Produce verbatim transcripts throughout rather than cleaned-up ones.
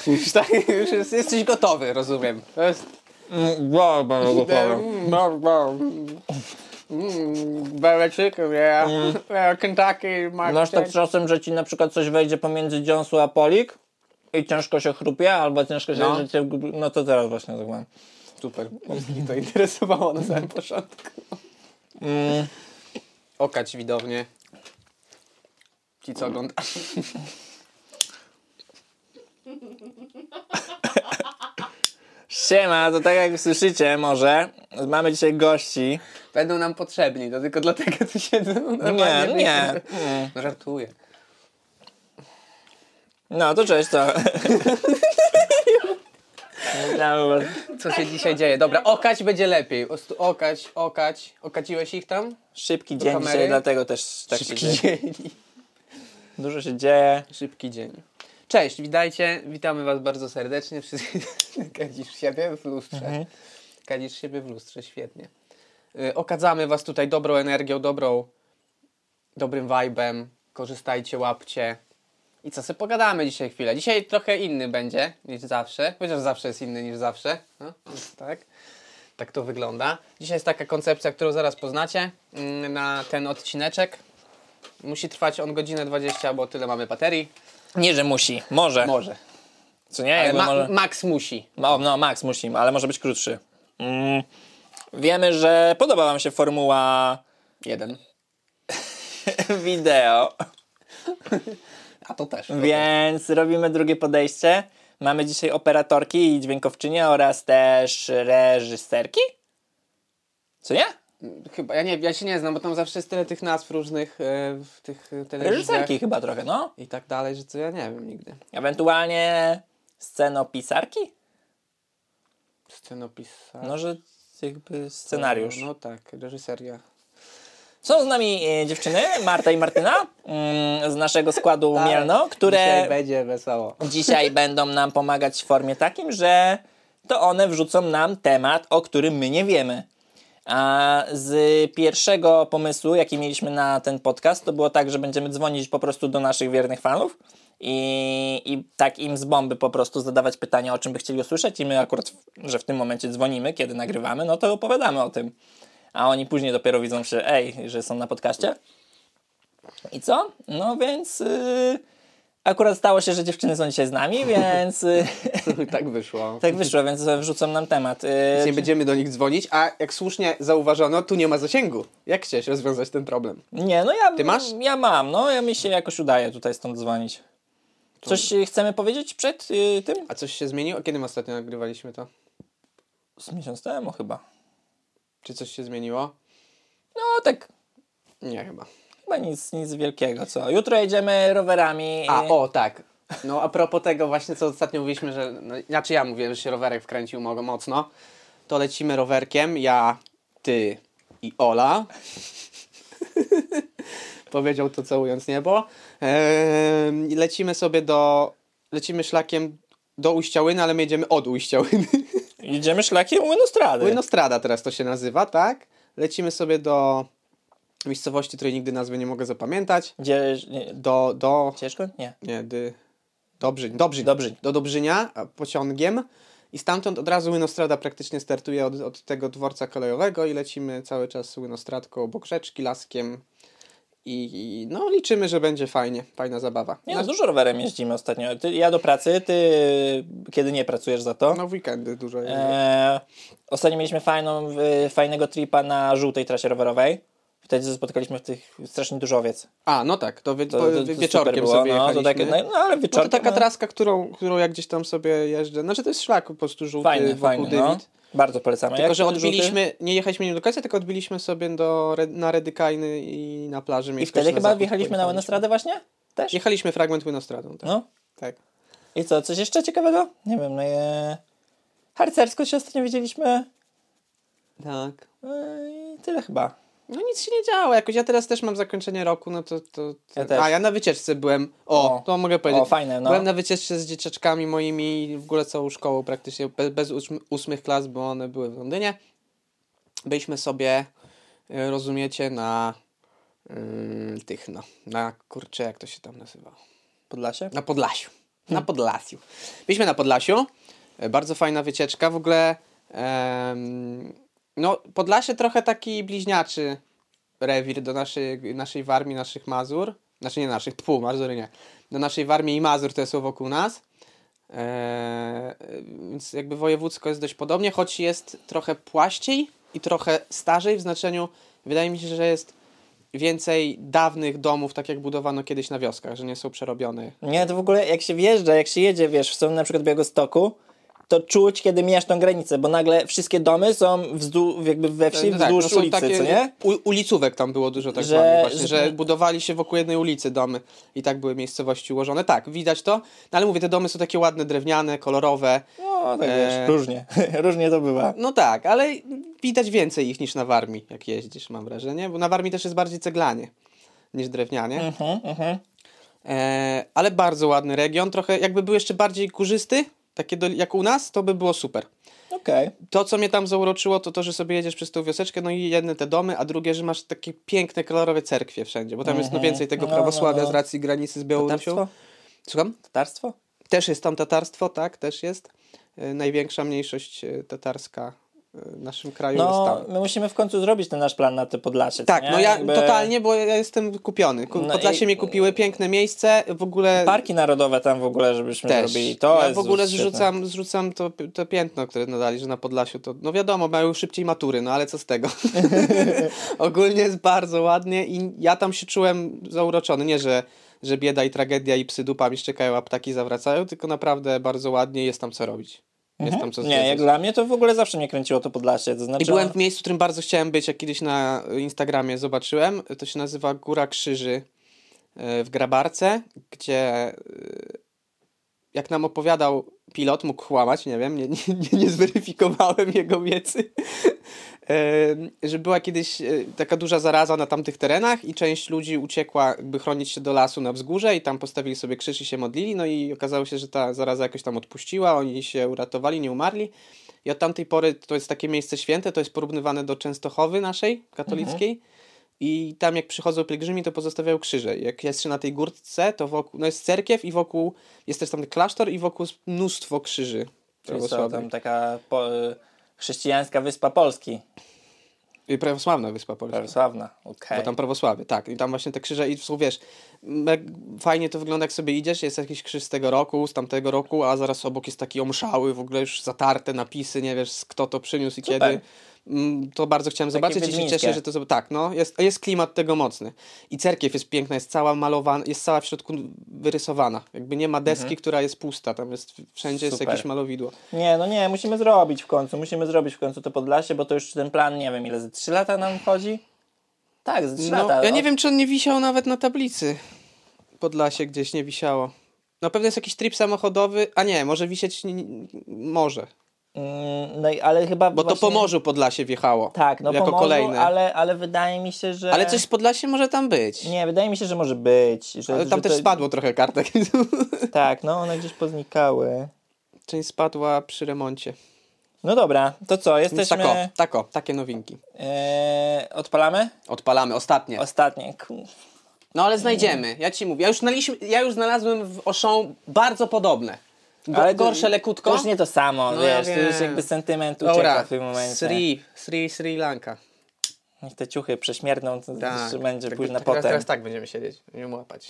Już, tak, już jest, jesteś gotowy, rozumiem. To jest... Bardzo, bardzo gotowe. Very chicken, yeah. yeah. Kentucky, Mark Masz tak czasem, że ci na przykład coś wejdzie pomiędzy dziąsło a polik i ciężko się chrupie, albo ciężko się... No, że cię, no to teraz właśnie tak mam. super, mnie to interesowało na samym początku. Mm. Okać widownie. Ci co oglądają. Siema, to tak jak słyszycie może, mamy dzisiaj gości. Będą nam potrzebni, to tylko dlatego tu siedzą. Nie, nie. No żartuję. No to cześć, co? Co się dzisiaj dzieje? Dobra, okać będzie lepiej. Ostu- Okać, okać. Okaciłeś ich tam? Szybki Do dzień kamery? dzisiaj, dlatego też tak Szybki się dzieje. dzień. Dużo się dzieje. Szybki dzień. Cześć, witajcie. Witamy was bardzo serdecznie. Wszyscy kadzisz siebie w lustrze. Mhm. Kadzisz siebie w lustrze, świetnie. Yy, okadzamy was tutaj dobrą energią, dobrą, dobrym vibe'em. Korzystajcie, łapcie. I co, sobie pogadamy dzisiaj chwilę. Dzisiaj trochę inny będzie niż zawsze. Chociaż zawsze jest inny niż zawsze. No, tak. Tak to wygląda. Dzisiaj jest taka koncepcja, którą zaraz poznacie mm, na ten odcineczek. Musi trwać on godzinę dwadzieścia, bo tyle mamy baterii. Nie, że musi, może. Może. Co nie? Ale Jakby ma- może... Max musi. No, no, max musi, ale może być krótszy. Mm. Wiemy, że podoba wam się formuła Jeden. wideo, A to też. więc robimy drugie podejście. Mamy dzisiaj operatorki i dźwiękowczynię oraz też reżyserki? Co nie? Chyba, ja nie ja się nie znam, bo tam zawsze jest tyle tych nazw różnych e, w tych e, telewizjach Reżyserki chyba trochę, no. i tak dalej, że co ja nie wiem nigdy. Ewentualnie scenopisarki? Scenopisarz. No, że jakby scenariusz. No tak, reżyseria. Są z nami e, dziewczyny, Marta i Martyna mm, z naszego składu Tak, Mielno, które Dzisiaj będzie wesoło. dzisiaj będą nam pomagać w formie takim, że to one wrzucą nam temat, o którym my nie wiemy. A z pierwszego pomysłu, jaki mieliśmy na ten podcast, to było tak, że będziemy dzwonić po prostu do naszych wiernych fanów i, i tak im z bomby po prostu zadawać pytania, o czym by chcieli usłyszeć i my akurat, że w tym momencie dzwonimy, kiedy nagrywamy, no to opowiadamy o tym. A oni później dopiero widzą się, ej, że są na podcaście. I co? No więc yy, akurat stało się, że dziewczyny są dzisiaj z nami, więc yy, Tak wyszło. tak wyszło, więc wrzucą nam temat. Yy, Nie będziemy do nich dzwonić, a jak słusznie zauważono, tu nie ma zasięgu. Jak chciałeś rozwiązać ten problem? Nie, no ja, Ty masz? ja mam, no ja mi się jakoś udaje tutaj stąd dzwonić. Coś yy, chcemy powiedzieć przed yy, tym? A coś się zmieniło? Kiedy my ostatnio nagrywaliśmy to? Z miesiąc temu chyba. Czy coś się zmieniło? No tak, Nie chyba. chyba nic, nic wielkiego, co? Jutro jedziemy rowerami. A, o tak. No a propos tego właśnie, co ostatnio mówiliśmy, że... No, znaczy ja mówiłem, że się rowerek wkręcił mo- mocno. To lecimy rowerkiem, ja, ty i Ola. Powiedział to całując niebo. Eee, lecimy sobie do... Lecimy szlakiem do Uściałyny, ale my jedziemy od Uściałyny. Jedziemy szlakiem Łynostrady. Łynostrada teraz to się nazywa, tak? Lecimy sobie do miejscowości, której nigdy nazwy nie mogę zapamiętać. Gdzie... Nie, Do... do Ciężko? Nie. nie, dy... Dobrzyń. Dobrzyń. Dobrzyń. Do Dobrzynia a pociągiem. I stamtąd od razu Łynostrada praktycznie startuje od, od tego dworca kolejowego i lecimy cały czas Łynostradką obok rzeczki, laskiem. I, I no liczymy, że będzie fajnie. Fajna zabawa. Nie, no, Na- dużo rowerem jeździmy ostatnio. Ty, ja do pracy, ty kiedy nie pracujesz za to. No w weekendy dużo jest. E, ostatnio mieliśmy fajną, w, fajnego tripa na żółtej trasie rowerowej. Wtedy spotkaliśmy w tych strasznie dużo owiec. A, no tak, to, wie, To, po, to, to wieczorkiem super było, sobie no, jechaliśmy. to takie, no, no ale No wieczorkiem. to taka no, traska, którą, którą jak gdzieś tam sobie jeżdżę. Znaczy to jest szlak po prostu żółty Fajny, wokół fajny, no. Dywid. Bardzo polecamy. Tylko, Jak że ten odbiliśmy, nie jechaliśmy nim do końca, tylko odbiliśmy sobie do, Re- na Redykajny i na plaży. I Miejskiej wtedy na chyba zachód wjechaliśmy na pojechaliśmy. Łynostradę właśnie? Też? Jechaliśmy fragment Łynostradą, tak. No. tak. I co, coś jeszcze ciekawego? Nie wiem, no je... Harcersko się ostatnio widzieliśmy. Tak. E, I tyle chyba. No nic się nie działo jakoś. Ja teraz też mam zakończenie roku, no to... to, to... Ja też. A, ja na wycieczce byłem. O, O. to mogę powiedzieć. O, fajne, no. Byłem na wycieczce z dzieciaczkami moimi, w ogóle całą szkołą praktycznie, bez, bez ósm- ósmych klas, bo one były w Londynie. Byliśmy sobie, y, rozumiecie, na y, tych, no, na kurczę, jak to się tam nazywa? Podlasie? Na Podlasiu. Na Podlasiu. Byliśmy na Podlasiu. Bardzo fajna wycieczka. W ogóle em, no Podlasie trochę taki bliźniaczy rewir do naszej, naszej Warmii, naszych Mazur. Znaczy nie naszych, tfu, Mazury nie. Do naszej Warmii i Mazur, które są wokół nas. Eee, więc jakby wojewódzko jest dość podobnie, choć jest trochę płaściej i trochę starzej w znaczeniu, wydaje mi się, że jest więcej dawnych domów, tak jak budowano kiedyś na wioskach, że nie są przerobione. Nie, to w ogóle jak się wjeżdża, jak się jedzie, wiesz, w stronę na przykład Białegostoku, to czuć, kiedy mijasz tą granicę, bo nagle wszystkie domy są wzdłuż, jakby we wsi No tak, wzdłuż no są ulicy, takie, co nie? U, ulicówek tam było dużo tak Że- zwanych właśnie, że- że budowali się wokół jednej ulicy domy i tak były miejscowości ułożone. Tak, widać to, no ale mówię, te domy są takie ładne, drewniane, kolorowe. No, tak Eee. wiesz, różnie, różnie to bywa. No tak, ale widać więcej ich niż na Warmii, jak jeździsz, mam wrażenie, bo na Warmii też jest bardziej ceglanie niż drewnianie. Mhm, mhm. E, ale bardzo ładny region, trochę jakby był jeszcze bardziej górzysty, takie do, jak u nas, to by było super. Okej. To, co mnie tam zauroczyło, to to, że sobie jedziesz przez tą wioseczkę, no i jedne te domy, a drugie, że masz takie piękne, kolorowe cerkwie wszędzie, bo tam jest no więcej tego No, prawosławia no, no. z racji granicy z Białorusią. Tatarstwo? Słucham? Tatarstwo? Też jest tam tatarstwo, tak, też jest. E, największa mniejszość e, tatarska e, w naszym kraju jest No, tam. my musimy w końcu zrobić ten nasz plan na te Podlasie, co Tak, nie? no ja Jakby totalnie, bo ja jestem kupiony. Ku- No Podlasie i- mnie kupiły, piękne miejsce, w ogóle... Parki narodowe tam w ogóle, żebyśmy Też. zrobili. To ja jest w ogóle świetne. zrzucam, zrzucam to, to piętno, które nadali, że na Podlasiu to, no wiadomo, mają szybciej matury, no ale co z tego. Ogólnie jest bardzo ładnie i ja tam się czułem zauroczony. Nie, że, że bieda i tragedia i psy dupami szczekają, a ptaki zawracają, tylko naprawdę bardzo ładnie jest tam co robić. Jest tam co Nie, jak zwiedzić. dla mnie to w ogóle zawsze mnie kręciło to Podlasie. To znaczy, I byłem w miejscu, w którym bardzo chciałem być, jak kiedyś na Instagramie zobaczyłem. To się nazywa Góra Krzyży e, w Grabarce, gdzie e, jak nam opowiadał pilot, mógł kłamać, nie wiem, nie, nie, nie, nie zweryfikowałem jego wiedzy, e, że była kiedyś e, taka duża zaraza na tamtych terenach i część ludzi uciekła, by chronić się do lasu na wzgórze i tam postawili sobie krzyż i się modlili, no i okazało się, że ta zaraza jakoś tam odpuściła, oni się uratowali, nie umarli i od tamtej pory to jest takie miejsce święte, to jest porównywane do Częstochowy naszej, katolickiej. Mhm. I tam jak przychodzą pielgrzymi, to pozostawiają krzyże. Jak jest się na tej górce, to wokół, no jest cerkiew i wokół, jest też tam klasztor i wokół jest mnóstwo krzyży. Czyli co, tam taka po, chrześcijańska wyspa Polski. I prawosławna Wyspa Polska. Prawosławna, okej. Bo tam prawosławie, tak. I tam właśnie te krzyże i są, wiesz, jak fajnie to wygląda, jak sobie idziesz, jest jakiś krzyż z tego roku, z tamtego roku, a zaraz obok jest taki omszały, w ogóle już zatarte napisy, nie wiesz, kto to przyniósł i Super. kiedy. To bardzo chciałem Takie zobaczyć i się wiedźmińskie. cieszę, że to... Tak, no, jest, jest klimat tego mocny. I cerkiew jest piękna, jest cała malowana, jest cała w środku wyrysowana. Jakby nie ma deski, Mhm. która jest pusta, tam jest, wszędzie jest Super. jakieś malowidło. Nie, no nie, musimy zrobić w końcu, musimy zrobić w końcu to Podlasie, bo to już ten plan, nie wiem ile, ze trzy lata nam chodzi? Tak, ze trzy No, lata. ja nie Od- wiem, czy on nie wisiał nawet na tablicy. Podlasie gdzieś nie wisiało. Na pewno jest jakiś trip samochodowy, a nie, może wisieć, n- n- może. Mm, no i ale chyba Bo właśnie... to po morzu Podlasie wjechało. Tak, no jako po morzu, kolejne. ale, ale wydaje mi się, że... Ale coś z Podlasie może tam być. Nie, wydaje mi się, że może być. Że, Ale tam że też to... spadło trochę kartek. Tak, no one gdzieś poznikały. Część spadła przy remoncie. No dobra, to co, Więc jesteśmy... tako, tako, takie nowinki. Eee, odpalamy? Odpalamy, ostatnie. Ostatnie. Ku- No ale znajdziemy, ja ci mówię. Ja już, znaliśmy, ja już znalazłem w Auchan bardzo podobne. Go, Ale to- gorsze lekutko. To już nie to samo, No ja wiesz, to już wiem. jakby sentyment ucieka Dobra, w tym momencie. Sri, Sri, Sri Lanka. Niech te ciuchy prześmierdną, to Tak, jeszcze będzie tak, później na teraz, potem. teraz tak będziemy siedzieć, nie łapać.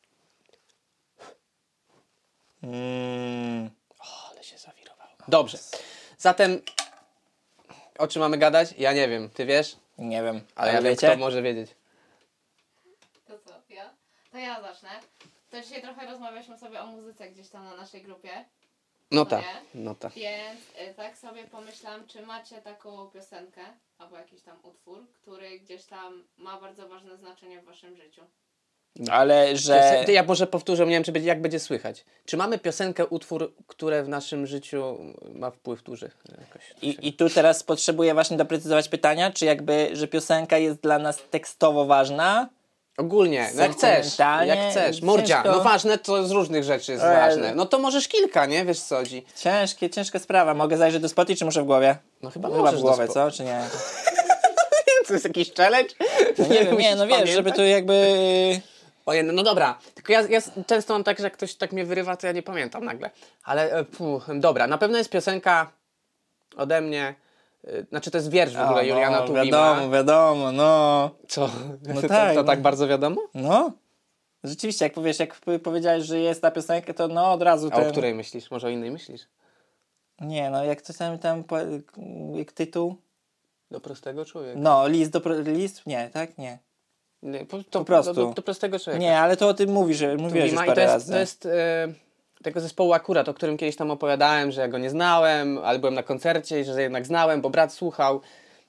Mm, O, ale się zawirowało. Dobrze, zatem o czym mamy gadać? Ja nie wiem, ty wiesz? nie wiem, Ale ale ja wiem, wiecie? kto może wiedzieć. To co, ja? To ja zacznę. To dzisiaj trochę rozmawialiśmy sobie o muzyce gdzieś tam na naszej grupie, No No tak, nie? no tak. więc y, tak sobie pomyślałam, czy macie taką piosenkę albo jakiś tam utwór, który gdzieś tam ma bardzo ważne znaczenie w waszym życiu. Ale że... Ty, ja może powtórzę, nie wiem, czy będzie, jak będzie słychać. Czy mamy piosenkę, utwór, które w naszym życiu ma wpływ duży? Jakoś. I, I tu teraz potrzebuję właśnie doprecyzować pytania, czy jakby, że piosenka jest dla nas tekstowo ważna? Ogólnie, no jak chcesz, Sentymentalnie, jak chcesz. Mordzia, ciężko. no ważne to z różnych rzeczy jest Ale- ważne. No to możesz kilka, nie? Wiesz co chodzi. Ciężkie, ciężka sprawa. Mogę zajrzeć do Spotify, czy muszę w głowie? No chyba Chyba możesz w głowę, do co? Czy nie? To jest jakiś challenge? No nie wiem, nie, no wiesz, żeby to jakby... Ojej, no dobra, tylko ja, ja często mam tak, że jak ktoś tak mnie wyrywa, to ja nie pamiętam nagle. Ale e, puh, dobra, na pewno jest piosenka ode mnie, y, znaczy to jest wiersz w ogóle O, Juliana no, Tuwima. wiadomo, wiadomo, no. Co? No to, tak, to, to no. tak bardzo wiadomo? No. Rzeczywiście, jak powiesz, jak p- powiedziałeś, że jest ta piosenka, to no od razu A ten... o której myślisz? Może o innej myślisz? Nie, no jak to tam, tam po- jak tytuł? Do prostego człowieka. No, list do... pro- List? Nie, tak? Nie. Nie, po, to, Po prostu. Do, do, do prostego człowieka. Nie, ale to o tym mówisz, że mówiłeś już Tuwima. parę I to jest, razy. to jest e, tego zespołu akurat, o którym kiedyś tam opowiadałem, że ja go nie znałem, ale byłem na koncercie i że jednak znałem, bo brat słuchał.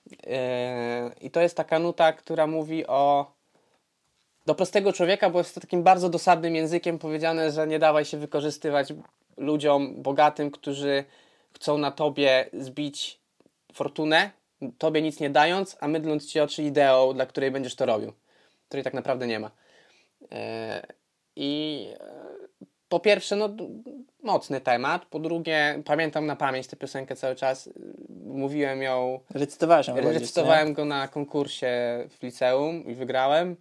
E, I to jest taka nuta, która mówi o do prostego człowieka, bo jest to takim bardzo dosadnym językiem powiedziane, że nie dawaj się wykorzystywać ludziom bogatym, którzy chcą na tobie zbić fortunę, tobie nic nie dając, a mydląc ci oczy ideą, dla której będziesz to robił, której tak naprawdę nie ma. E, I e, po pierwsze, no d- mocny temat, po drugie, pamiętam na pamięć tę piosenkę cały czas, mówiłem ją, Recytowałeś ją chyba gdzieś, recytowałem go na konkursie w liceum i wygrałem.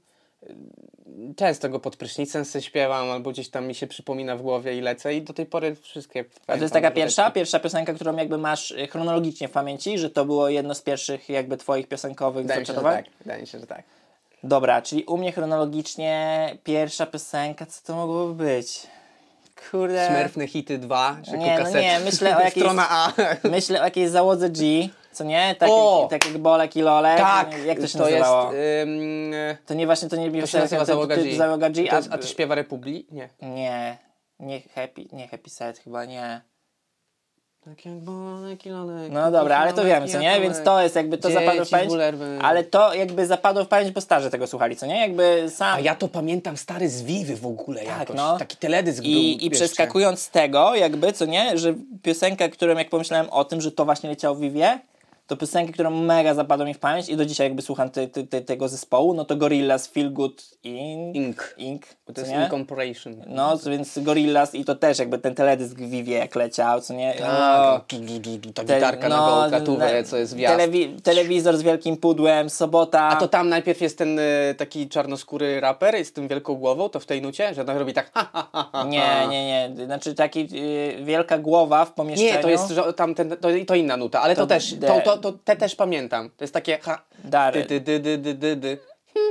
Często go pod prysznicem sobie śpiewam, albo gdzieś tam mi się przypomina w głowie i lecę i do tej pory wszystkie... A to jest taka pierwsza, pierwsza piosenka, którą jakby masz y, chronologicznie w pamięci, że to było jedno z pierwszych jakby twoich piosenkowych Wydaje mi się, że zaczatowań? tak. Wydaje mi się, że tak. Dobra, czyli u mnie chronologicznie pierwsza piosenka, co to mogłoby być? Kurde... Smurfne hity dwa, że Nie, no kasety. nie, myślę o jakiejś- Strona A. Myślę o jakiejś załodze G, co nie? Tak, O! jak, tak jak Bolek i Lolek. Tak, Jak to się to nazywało? jest... Ym, To nie właśnie, to nie to się nazywa Załoga G. Załoga G, To jest, a to śpiewa Republi? Nie. Nie, nie Happy, nie Happy Set chyba, nie. Tak jak Bolek i Lolek. No dobra, ale to wiemy, co nie? Więc to jest jakby, to zapadło w pamięć. Ale to jakby zapadło w pamięć, bo starzy tego słuchali, co nie? Jakby sam... A ja to pamiętam stary z Vivy w ogóle jakoś. no. Taki teledysk był I, I jeszcze. przeskakując z tego, jakby, co nie, że piosenka, którą jak pomyślałem o tym, że to właśnie leciało w Vivie, to piosenka, którą mega zapadła mi w pamięć i do dzisiaj jakby słucham te, te, te, tego zespołu, no to Gorillaz Feel Good in... Ink. Ink, Bo to co jest nie? Incorporation. No, co więc Gorillaz i to też jakby ten teledysk w Vivie jak leciał, co nie? Tak, tu, tu, tu, tu, ta Te- gitarka na no, gołkatówę, na- co jest wjazd. telewi- telewizor z wielkim pudłem, sobota. A to tam najpierw jest ten y, taki czarnoskóry raper z tym wielką głową, to w tej nucie, że on robi tak ha, ha, ha, ha. Nie, nie, nie. Znaczy taki y, wielka głowa w pomieszczeniu. Nie, to jest że tam ten, to, to inna nuta, ale to, To też, de- to, to, to te też pamiętam. To jest takie ha, Dary. dy, dy, dy, dy, dy, dy.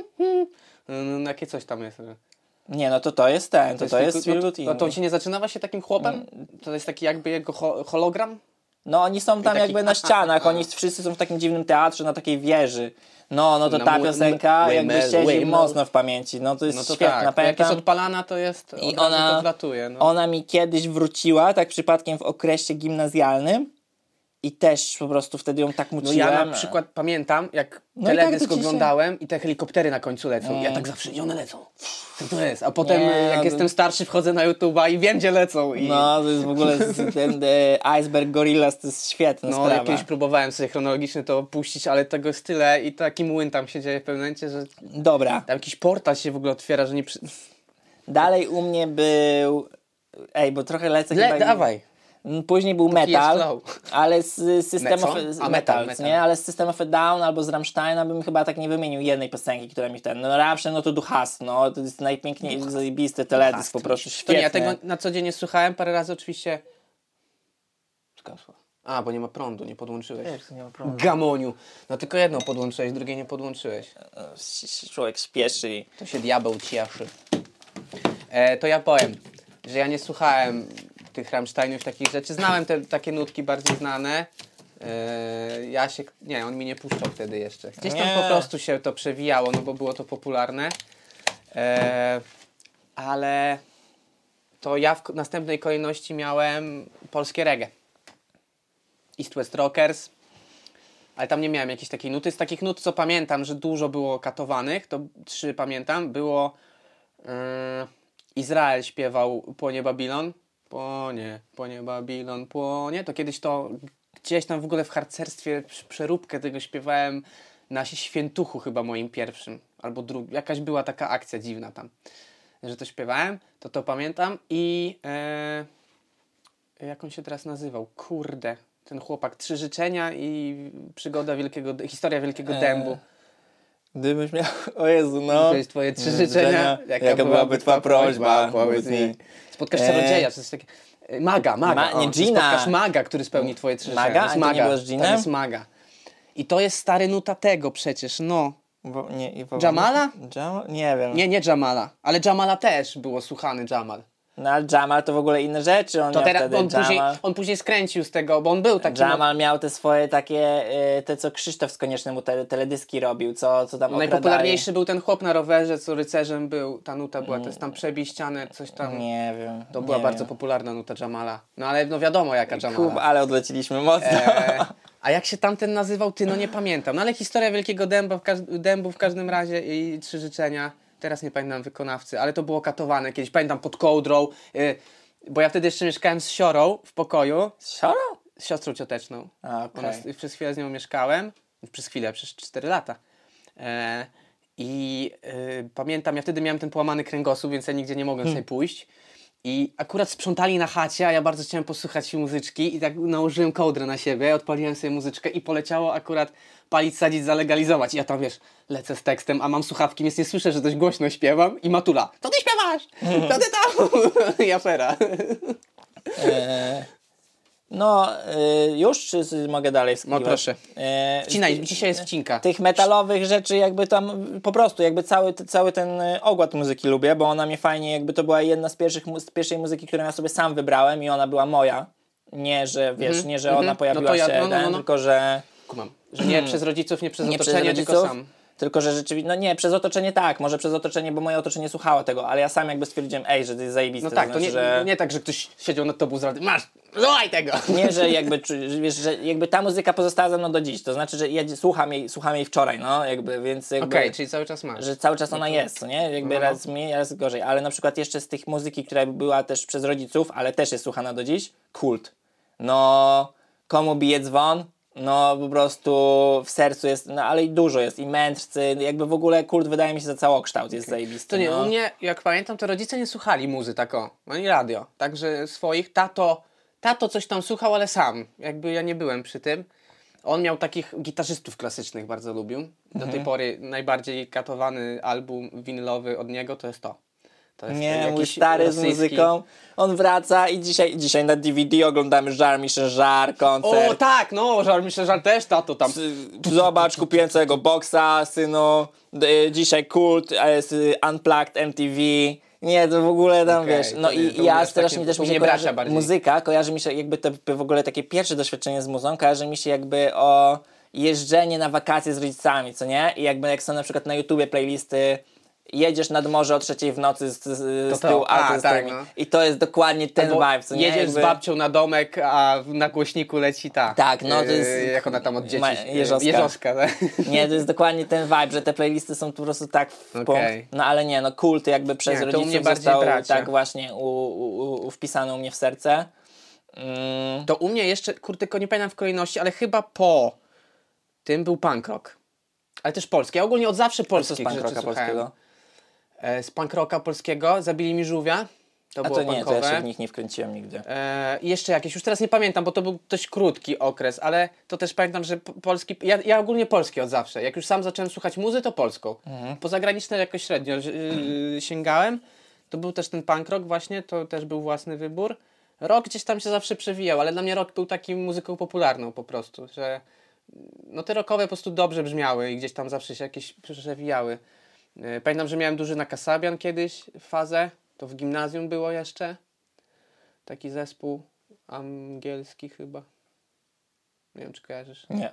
No, jakie coś tam jest. Nie, no to to jest ten, to, to jest no, Feel to, Good no, to on In. się nie zaczyna właśnie takim chłopem? To jest taki jakby jego ho, hologram? No oni są tam taki- jakby na ścianach, oni wszyscy są w takim dziwnym teatrze, na takiej wieży. No, no to Na ta mu- piosenka mu- jakby Waymo- siedzi Waymo. mocno w pamięci. No to jest No to świetna, tak, to jak pamiętam. jest odpalana, to jest I od razu ona- to wlatuje. No. Ona mi kiedyś wróciła, tak przypadkiem w okresie gimnazjalnym i też po prostu wtedy ją tak No muciłem. ja na przykład pamiętam, jak No i tak teledysk do dzisiaj. oglądałem i te helikoptery na końcu lecą. Mm. Ja tak zawsze, i one lecą. Co to jest? A potem Nie, jak no to- jestem starszy, wchodzę na YouTube'a i wiem, gdzie lecą. I... No, to jest w ogóle z- ten e, Iceberg Gorillaz, to jest świetna No, sprawa. jak kiedyś próbowałem sobie chronologicznie to puścić, ale tego jest tyle i taki młyn tam się dzieje w pewnym momencie, że Dobra, tam jakiś portal się w ogóle otwiera, że nie... Przy... dalej u mnie był... Ej, bo trochę lecę Le, chyba... dawaj. Mm, Później był Taki metal, jest flow. ale z System Co? of... A, z- metal, metal, metal. nie? Ale z System of a Down albo z Rammsteina bym chyba tak nie wymienił jednej piosenki, która mi ten... No Rammstein, no to Du hast, no to jest najpiękniej zajebisty teledysk, po prostu To świetny. nie, ja tego na co dzień nie słuchałem, parę razy oczywiście... Zgasła. A, bo nie ma prądu, nie podłączyłeś. Wiesz, nie ma problemu. Gamoniu. No tylko jedno podłączyłeś, drugie nie podłączyłeś. Człowiek śpieszy i... To się diabeł cieszy. E, to ja powiem, że ja nie słuchałem tych Rammsteinów, takich rzeczy. Znałem te takie nutki bardziej znane. E, ja się... Nie, on mi nie puszczał wtedy jeszcze. Gdzieś tam Nie. po prostu się to przewijało, no bo było to popularne. E, ale to ja w następnej kolejności miałem polskie reggae. East West Rockers. Ale tam nie miałem jakiejś takiej nuty. Z takich nut, co pamiętam, że dużo było katowanych, to trzy pamiętam. Było yy, Izrael śpiewał Płonie Babilon. Płonie, płonie Babilon, płonie. To kiedyś to gdzieś tam w ogóle w harcerstwie przeróbkę tego śpiewałem na świętuchu chyba moim pierwszym. Albo drugim. Jakaś była taka akcja dziwna tam, że to śpiewałem. To to pamiętam. I yy, jak on się teraz nazywał? Kurde. Ten chłopak, Trzy życzenia i przygoda wielkiego, historia wielkiego Eee, dębu. Gdybyś miał... O Jezu, no. To jest twoje trzy życzenia. Jaka, jaka byłaby twoja prośba? Powiedz mi. Spotkasz czarodzieja, czy coś takiego. Maga, maga. Ma, nie, o, Gina. Spotkasz maga, który spełni twoje trzy życzenia. Maga? To jest A to nie maga. było z Ginem? To jest maga. I to jest stary nuta tego przecież, no. Wo, nie, i wo, Jamala? Jamal? Nie wiem. Nie, nie Jamala. Ale Jamala też było słuchany Jamal. No ale Jamal to w ogóle inne rzeczy. On To miał teraz wtedy on później, Jamal. on później skręcił z tego, bo on był taki... Jamal miał te swoje takie, y, te co Krzysztof z Koniecznym mu te, teledyski robił, co, co tam okradali. Najpopularniejszy był ten chłop na rowerze, co rycerzem był. Ta nuta była, to jest tam przebij ścianę, coś tam. Nie wiem. To była nie bardzo wiem. popularna nuta Jamala. No ale no wiadomo jaka Jamala. Kuba, ale odleciliśmy mocno. E, a jak się tamten nazywał? Ty, no nie pamiętam. No ale historia Wielkiego Dęba w, każ- Dębu w każdym razie i trzy życzenia. Teraz nie pamiętam wykonawcy, ale to było katowane kiedyś. Pamiętam pod kołdrą, y, bo ja wtedy jeszcze mieszkałem z siorą w pokoju. Siorą? Z siostrą cioteczną. A, okej. Ona, przez chwilę z nią mieszkałem. Przez chwilę, przez cztery lata. E, I y, pamiętam, ja wtedy miałem ten połamany kręgosłup, więc ja nigdzie nie mogłem sobie pójść. I akurat sprzątali na chacie, a ja bardzo chciałem posłuchać muzyczki i tak nałożyłem kołdrę na siebie, odpaliłem sobie muzyczkę i poleciało akurat palić, sadzić, zalegalizować. I ja tam, wiesz, lecę z tekstem, a mam słuchawki, więc nie słyszę, że dość głośno śpiewam i Matula. To ty śpiewasz! To ty tam! I afera. E, no, y, już czy z- mogę dalej wskakiwać? No, proszę. E, Wcinaj, dzisiaj jest wcinka. Tych metalowych rzeczy jakby tam po prostu, jakby cały, cały ten y, ogład muzyki lubię, bo ona mnie fajnie, jakby to była jedna z pierwszych, mu- z pierwszej muzyki, którą ja sobie sam wybrałem i ona była moja. Nie, że wiesz, Mhm, nie, że mhm. ona pojawiła No to ja- się, no, no, ten, no, no. tylko że... Kumam. Że nie przez rodziców, nie przez Nie przez otoczenie, rodziców, tylko sam. tylko że rzeczywiście, no nie, przez otoczenie tak, może przez otoczenie, bo moje otoczenie słuchało tego, ale ja sam jakby stwierdziłem, ej, że to jest zajebiste. No tak, to znaczy, nie, że... nie tak, że ktoś siedział nad tobą z rady. Masz, słuchaj tego! Nie, że jakby, czu- że wiesz, że jakby ta muzyka pozostała ze mną do dziś, to znaczy, że ja słucham jej, słucham jej wczoraj, no, jakby, więc jakby... Okej, czyli cały czas masz. Że cały czas ona jest, co nie? Jakby No. raz mniej, raz gorzej. Ale na przykład jeszcze z tych muzyki, która była też przez rodziców, ale też jest słuchana do dziś, Kult. No, komu bije dzwon? No, po prostu w sercu jest, no ale i dużo jest, i mędrcy, jakby w ogóle Kult wydaje mi się za całokształt jest zajebisty. To nie, no. u mnie, jak pamiętam, to rodzice nie słuchali muzy tak o, ani radio. Także swoich, tato, tato coś tam słuchał, ale sam. Jakby ja nie byłem przy tym. On miał takich gitarzystów klasycznych, bardzo lubił. Do Mhm. tej pory najbardziej katowany album winylowy od niego to jest to. To jest Nie, mój jakiś stary z rosyjski- muzyką, on wraca i dzisiaj, dzisiaj na D V D oglądamy Żar Michel Żar, koncert. O tak, no, żal myślę, że też tato tam. Z- Zobacz, kupiłem całego boksa, synu. D- Dzisiaj Kult, a jest y, Unplugged M T V. Nie, to w ogóle tam Okej, wiesz. No to nie- i to ja jest strasznie takie- też to mi się mnie bracia kojarzy, bardziej. muzyka, kojarzy mi się jakby to w ogóle takie pierwsze doświadczenie z muzą, kojarzy mi się jakby o jeżdżenie na wakacje z rodzicami, co nie? I jakby jak są na przykład na YouTubie playlisty, jedziesz nad morze o trzeciej w nocy z, z, z to. tyłu A, auta z tak, tymi. no. I to jest dokładnie ten Albo vibe, co nie? jedziesz Jakby... z babcią na domek, a na głośniku leci ta. Tak, no, to jest- Yy, jak ona tam od dzieci. Ma- yy, Jeżowska. Jeżowska, tak? Nie, to jest dokładnie ten vibe, że te playlisty są po prostu tak w punkt. Okej. No ale nie, no Kult jakby przez Nie, to u rodziców mnie bardziej został bracia. tak właśnie u, u, u, wpisany u mnie w serce. Mm, To u mnie jeszcze, kurde, tylko nie pamiętam w kolejności, ale chyba po tym był punk rock. Ale też polski. Ja ogólnie od zawsze co z polskich punk rzeczy rocka słuchałem. polskiego? E, z punk rocka polskiego Zabili mi żółwia. To A było to nie, to punkowe. ja się w nich nie wkręciłem nigdy. E, I jeszcze jakieś, już teraz nie pamiętam, bo to był dość krótki okres, ale to też pamiętam, że po- polski, ja, ja ogólnie polski od zawsze. Jak już sam zacząłem słuchać muzy, to polską. Mhm. Po zagranicznej jakoś średnio yy, sięgałem. To był też ten punk rock właśnie, to też był własny wybór. Rock gdzieś tam się zawsze przewijał, ale dla mnie rock był takim muzyką popularną po prostu, że no te rockowe po prostu dobrze brzmiały i gdzieś tam zawsze się jakieś przewijały. Yy, Pamiętam, że miałem duży na Kasabian kiedyś fazę, to w gimnazjum było jeszcze. Taki zespół angielski chyba. Nie wiem, czy kojarzysz. Nie.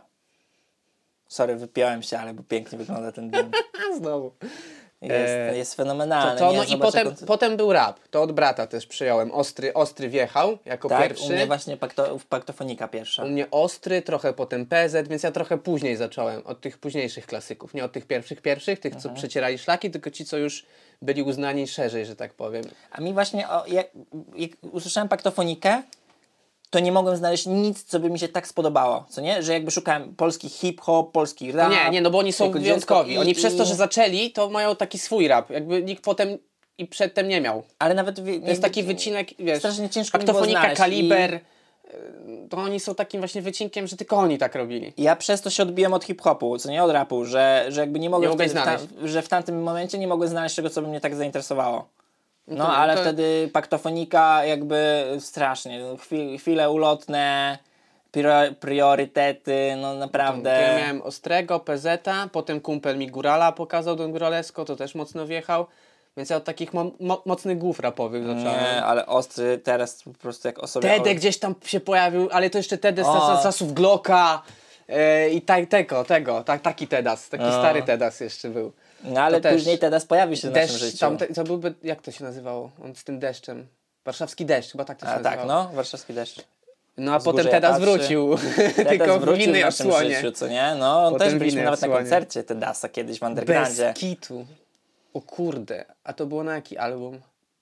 Sorry, wypiąłem się, ale bo pięknie wygląda ten dym. A znowu. Jest, Eee, jest To, fenomenalny. to, nie? no i Zobacz, potem, jak on- potem był rap. To od brata też przyjąłem. Ostry, ostry wjechał jako tak, pierwszy. u mnie właśnie pakto, paktofonika pierwsza. U mnie Ostry, trochę potem P Z, więc ja trochę później zacząłem. Od tych późniejszych klasyków. Nie od tych pierwszych pierwszych, tych co przecierali szlaki, tylko ci, co już byli uznani szerzej, że tak powiem. A mi właśnie, o, jak, jak usłyszałem paktofonikę, to nie mogłem znaleźć nic, co by mi się tak spodobało, co nie? Że jakby szukałem polski hip-hop, polski rap. No nie, nie, no bo oni są jako wyjątkowi. dziecko i- Oni przez to, i- że zaczęli, to mają taki swój rap. Jakby nikt potem i przedtem nie miał. Ale nawet... wie- To jest taki wycinek, wiesz, Strasznie ciężko mi było aktofonika, znaleźć kaliber, i- to oni są takim właśnie wycinkiem, że tylko oni tak robili. Ja przez to się odbiłem od hip-hopu, co nie od rapu, że, że jakby nie mogłem, Nie mogłeś wtedy, w znaleźć. tam, że w tamtym momencie nie mogłem znaleźć czegoś, co by mnie tak zainteresowało. No, to- ale to- wtedy Paktofonika jakby strasznie, chwil, chwile ulotne, prior- priorytety, no To naprawdę. ja miałem Ostrego, P Z a, potem kumpel mi Górala pokazał Don Góralesko, to też mocno wjechał. Więc ja od takich mo- mo- mocnych głów rapowych zacząłem. Nie, ale ostry teraz po prostu jak osobie... Tede gdzieś tam się pojawił, ale to jeszcze Tede z O. czas- czasów Glocka e, i tak, tego, tego, tak, taki Tedas, taki O. stary Tedas jeszcze był. No ale to też. później teraz pojawił się w naszym Deszcz, życiu. tam, te, to byłby, jak to się nazywało? On z tym deszczem. Warszawski deszcz, chyba tak to się A nazywało. tak, no, warszawski deszcz. No a Z potem góry Tedas patrzy. wrócił, Teraz tylko w wrócił innej w naszym odsłonie. życiu, co nie? No, Potem też w byliśmy innej nawet na odsłonie. koncercie Tedasa kiedyś w Bez Undergroundzie. kitu. O kurde, a to było na jaki album?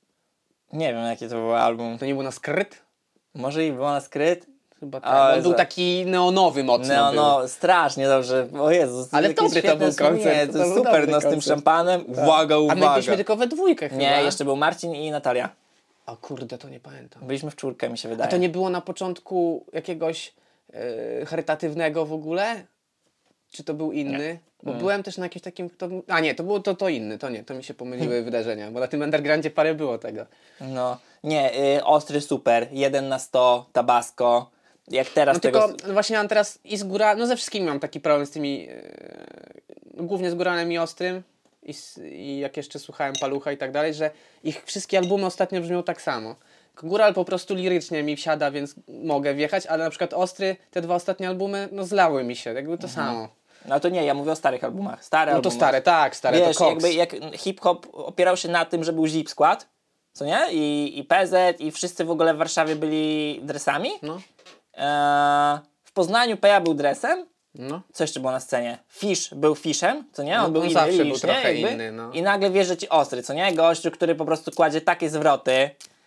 Nie wiem, jaki to był album. To nie było na Skryt? Może i było na skryt? Chyba tak. Ale On był za- taki neonowy mocno No, był. no, strasznie dobrze. O Jezus. Ale jakie dobry to świetne był koncert, wspomnienie, to To jest był super, dobry no z tym koncert. szampanem. Uwaga, A my uwaga. byliśmy tylko we dwójkę chyba. Nie, jeszcze był Marcin i Natalia. O kurde, to nie pamiętam. Byliśmy w czwórkę, mi się A wydaje. to nie było na początku jakiegoś e, charytatywnego w ogóle? Czy to był inny? Bo Mm. byłem też na jakimś takim... To, a nie, to było to, to inny, to nie, to mi się pomyliły wydarzenia, bo na tym undergroundzie parę było tego. No, nie, y, ostry super, jeden na sto, Tabasco. Jak teraz No tego... tylko właśnie mam teraz i z góra, no ze wszystkimi mam taki problem z tymi, e, no, głównie z Góralem i Ostrym i, z, i jak jeszcze słuchałem Palucha i tak dalej, że ich wszystkie albumy ostatnio brzmią tak samo. Góral po prostu lirycznie mi wsiada, więc mogę wjechać, ale na przykład Ostry, te dwa ostatnie albumy, no zlały mi się, jakby to samo. No to nie, ja mówię o starych albumach. Stare No to albumy. stare, tak, stare, Wiesz, to Cox. jakby jak hip-hop opierał się na tym, że był Zip Skład, co nie? I, i P Z, i wszyscy w ogóle w Warszawie byli dresami. No, Eee, w Poznaniu Peja był dresem. no. Co jeszcze było na scenie? Fish był Fishem, co nie? On No, był on inny, zawsze był lisz, trochę nie? Jakby. inny, no. I nagle wierzy ci ostry, co nie? Gościu, który po prostu kładzie takie zwroty,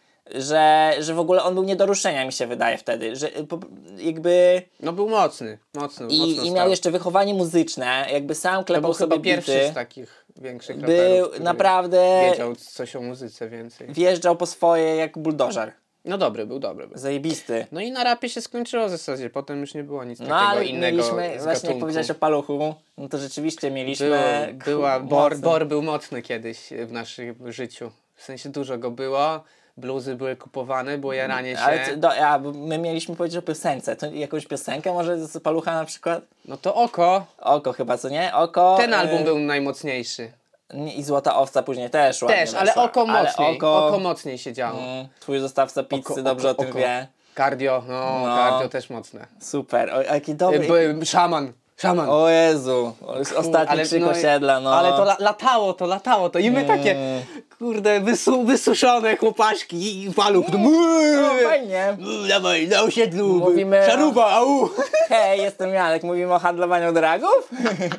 że, że w ogóle on był nie do ruszenia, mi się wydaje wtedy. Że po, jakby... No był mocny, mocny, mocno I, I miał stał. jeszcze wychowanie muzyczne, jakby sam To klepał był chyba sobie pierwszy bity. z takich większych Był raperów, który naprawdę... wiedział coś o muzyce więcej. Wjeżdżał po swoje jak buldożer. No dobry był, dobry był. Zajebisty. No i na rapie się skończyło w zasadzie, potem już nie było nic No takiego ale innego mieliśmy, z właśnie jak gatunku. powiedziałeś o Paluchu, no to rzeczywiście mieliśmy... Było, była, Kur- bor, mocny. bor był mocny kiedyś w naszym życiu. W sensie dużo go było, bluzy były kupowane, było jaranie się. Ale co- do, a, bo my mieliśmy powiedzieć o piosence. To jakąś piosenkę może z Palucha na przykład? No to Oko, Oko chyba, co nie? Oko... ten album y, był najmocniejszy. nie, I Złota Owca później też ładnie Też, ale weszła. Oko Ale mocniej, Oko, oko mocniej się działo. mm, twój zostawca pizzy Oko, dobrze oko, o tym oko. wie. Cardio, no, No. cardio też mocne. Super, o, jaki dobry. By, szaman, szaman. O Jezu, o, już ostatni Ale- krzyk no i- osiedla, no. Ale to la, latało, to latało, to i my takie, kurde, wysu, wysuszone chłopaszki i paluch. No, No, fajnie. Dawaj, na osiedlu, Mówimy o- szaruba, au. Hej, jestem Janek, mówimy o handlowaniu dragów?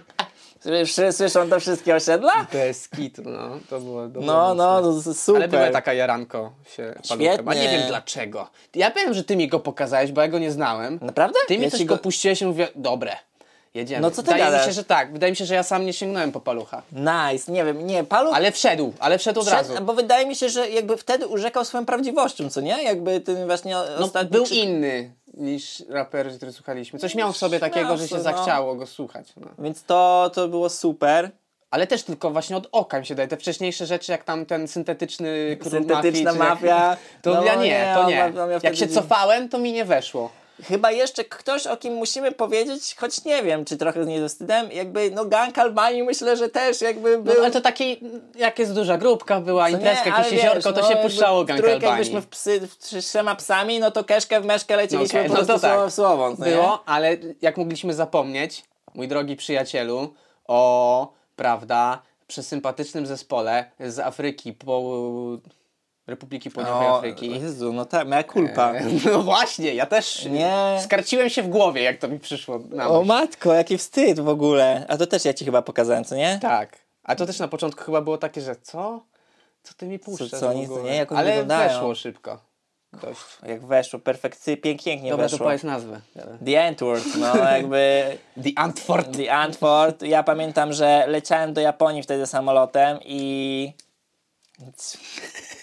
Sły- Słyszą to wszystkie osiedla? Bez kitu, no, to było, to było No, no, mocne. to super. Ale była taka jaranko się paluchem, a nie Świetnie. wiem dlaczego. Ja wiem, że ty mi go pokazałeś, bo ja go nie znałem. Naprawdę? Ty mi Ja coś ci go go- puściłeś i mówię, dobre, jedziemy. No co ty Wydaje mi gadasz? się, że tak, wydaje mi się, że ja sam nie sięgnąłem po palucha. Nice, nie wiem, nie, Paluch... Ale wszedł, ale wszedł od razu. Przed, bo wydaje mi się, że jakby wtedy urzekał swoją prawdziwością, co nie? Jakby tym właśnie No, ostatnim był krzyk- inny niż raperzy, który słuchaliśmy. Coś miał w sobie Miał takiego, że się sobie, no. zachciało go słuchać. No. Więc to, to było super. Ale też tylko właśnie od oka mi się daje. Te wcześniejsze rzeczy, jak tam ten syntetyczny król Syntetyczna mafii, czy jak- mafia. To No ja nie, to on nie. ma- on miał Jak wtedy- się cofałem, to mi nie weszło. Chyba jeszcze ktoś, o kim musimy powiedzieć, choć nie wiem, czy trochę z niedowstydem, jakby, no Gang Albanii myślę, że też jakby No, był... ale to taki, jak jest duża grupka, była Co imprezka, nie, jakieś ale jeziorko, wiesz, to się no, puszczało jakby Gang w trójkę Albanii. jakbyśmy w psy, w trzy- trzema psami, no to keszkę w meszkę leciliśmy Okej, po no prostu to tak. słowo w słowo. co nie? Było, ale jak mogliśmy zapomnieć, mój drogi przyjacielu, o, prawda, przesympatycznym zespole z Afryki, po Republiki Południowej O, Afryki. Jezu, no tak, mea culpa. E, No właśnie, ja też Nie. skarciłem się w głowie, jak to mi przyszło na O myśl. matko, jaki wstyd w ogóle. A to też ja ci chyba pokazałem, co nie? Tak, a to też na początku chyba było takie, że co? Co ty mi puszczasz co, w nic, ogóle? nie? Jak oni Ale wyglądają. weszło szybko. Dość. Jak weszło, perfekcyjnie, pięknie Dobra, to weszło. powiedz nazwę. The Antwoord, no jakby... The Antwoord. The Antwoord. Ja pamiętam, że leciałem do Japonii wtedy samolotem i...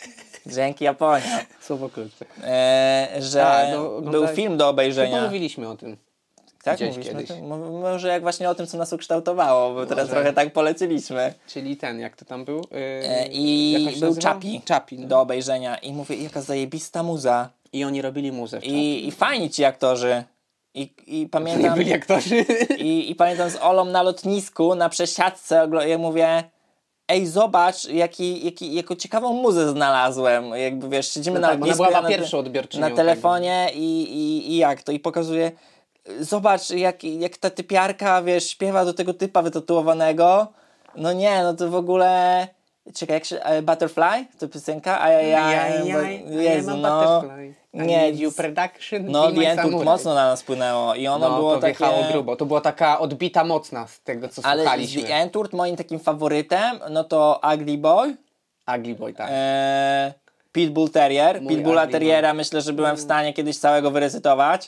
Dzięki Japonia. Słowo klucze. E, że Tak, no, był oglądałeś- film do obejrzenia. Chyba mówiliśmy o tym. Tak, gdzieś mówiliśmy. kiedyś. To, mo- może jak właśnie o tym, co nas ukształtowało, bo teraz Może. trochę tak poleciliśmy. Czyli ten, jak to tam był? Yy, E, I jak on się był nazywał? Chapi Chapi, no. do obejrzenia. I mówię, jaka zajebista muza. I oni robili muzę w Chapi. I, i fajni ci aktorzy. I, i Nie pamiętam... byli aktorzy. I, I pamiętam z Olą na lotnisku, na przesiadce, oglo- ja mówię, ej, zobacz, jaki, jaki, jaką ciekawą muzę znalazłem. Jakby wiesz, siedzimy No na tak, bo ona lotnisku, była ja chyba na, pierwszą odbiorczynią na telefonie i, i, i jak to? I pokazuje, zobacz, jak, jak ta typiarka, wiesz, śpiewa do tego typa wytatuowanego. No nie, no to w ogóle... Czekaj, jak się... e, Butterfly? To piosenka? Ajajaj. Ajajaj, Jezu, I am a no. butterfly. I Nie, need you production, No, be my The End samurai. mocno na nas płynęło i ono No, było to takie... wjechało grubo. To była taka odbita mocna z tego, co Ale słuchaliśmy. z The Entourage moim takim faworytem, no to Ugly Boy, Ugly Boy, tak. e, Pitbull Terrier. Mój Pitbulla Ugly Terriera myślę, że byłem w stanie kiedyś całego wyrecytować.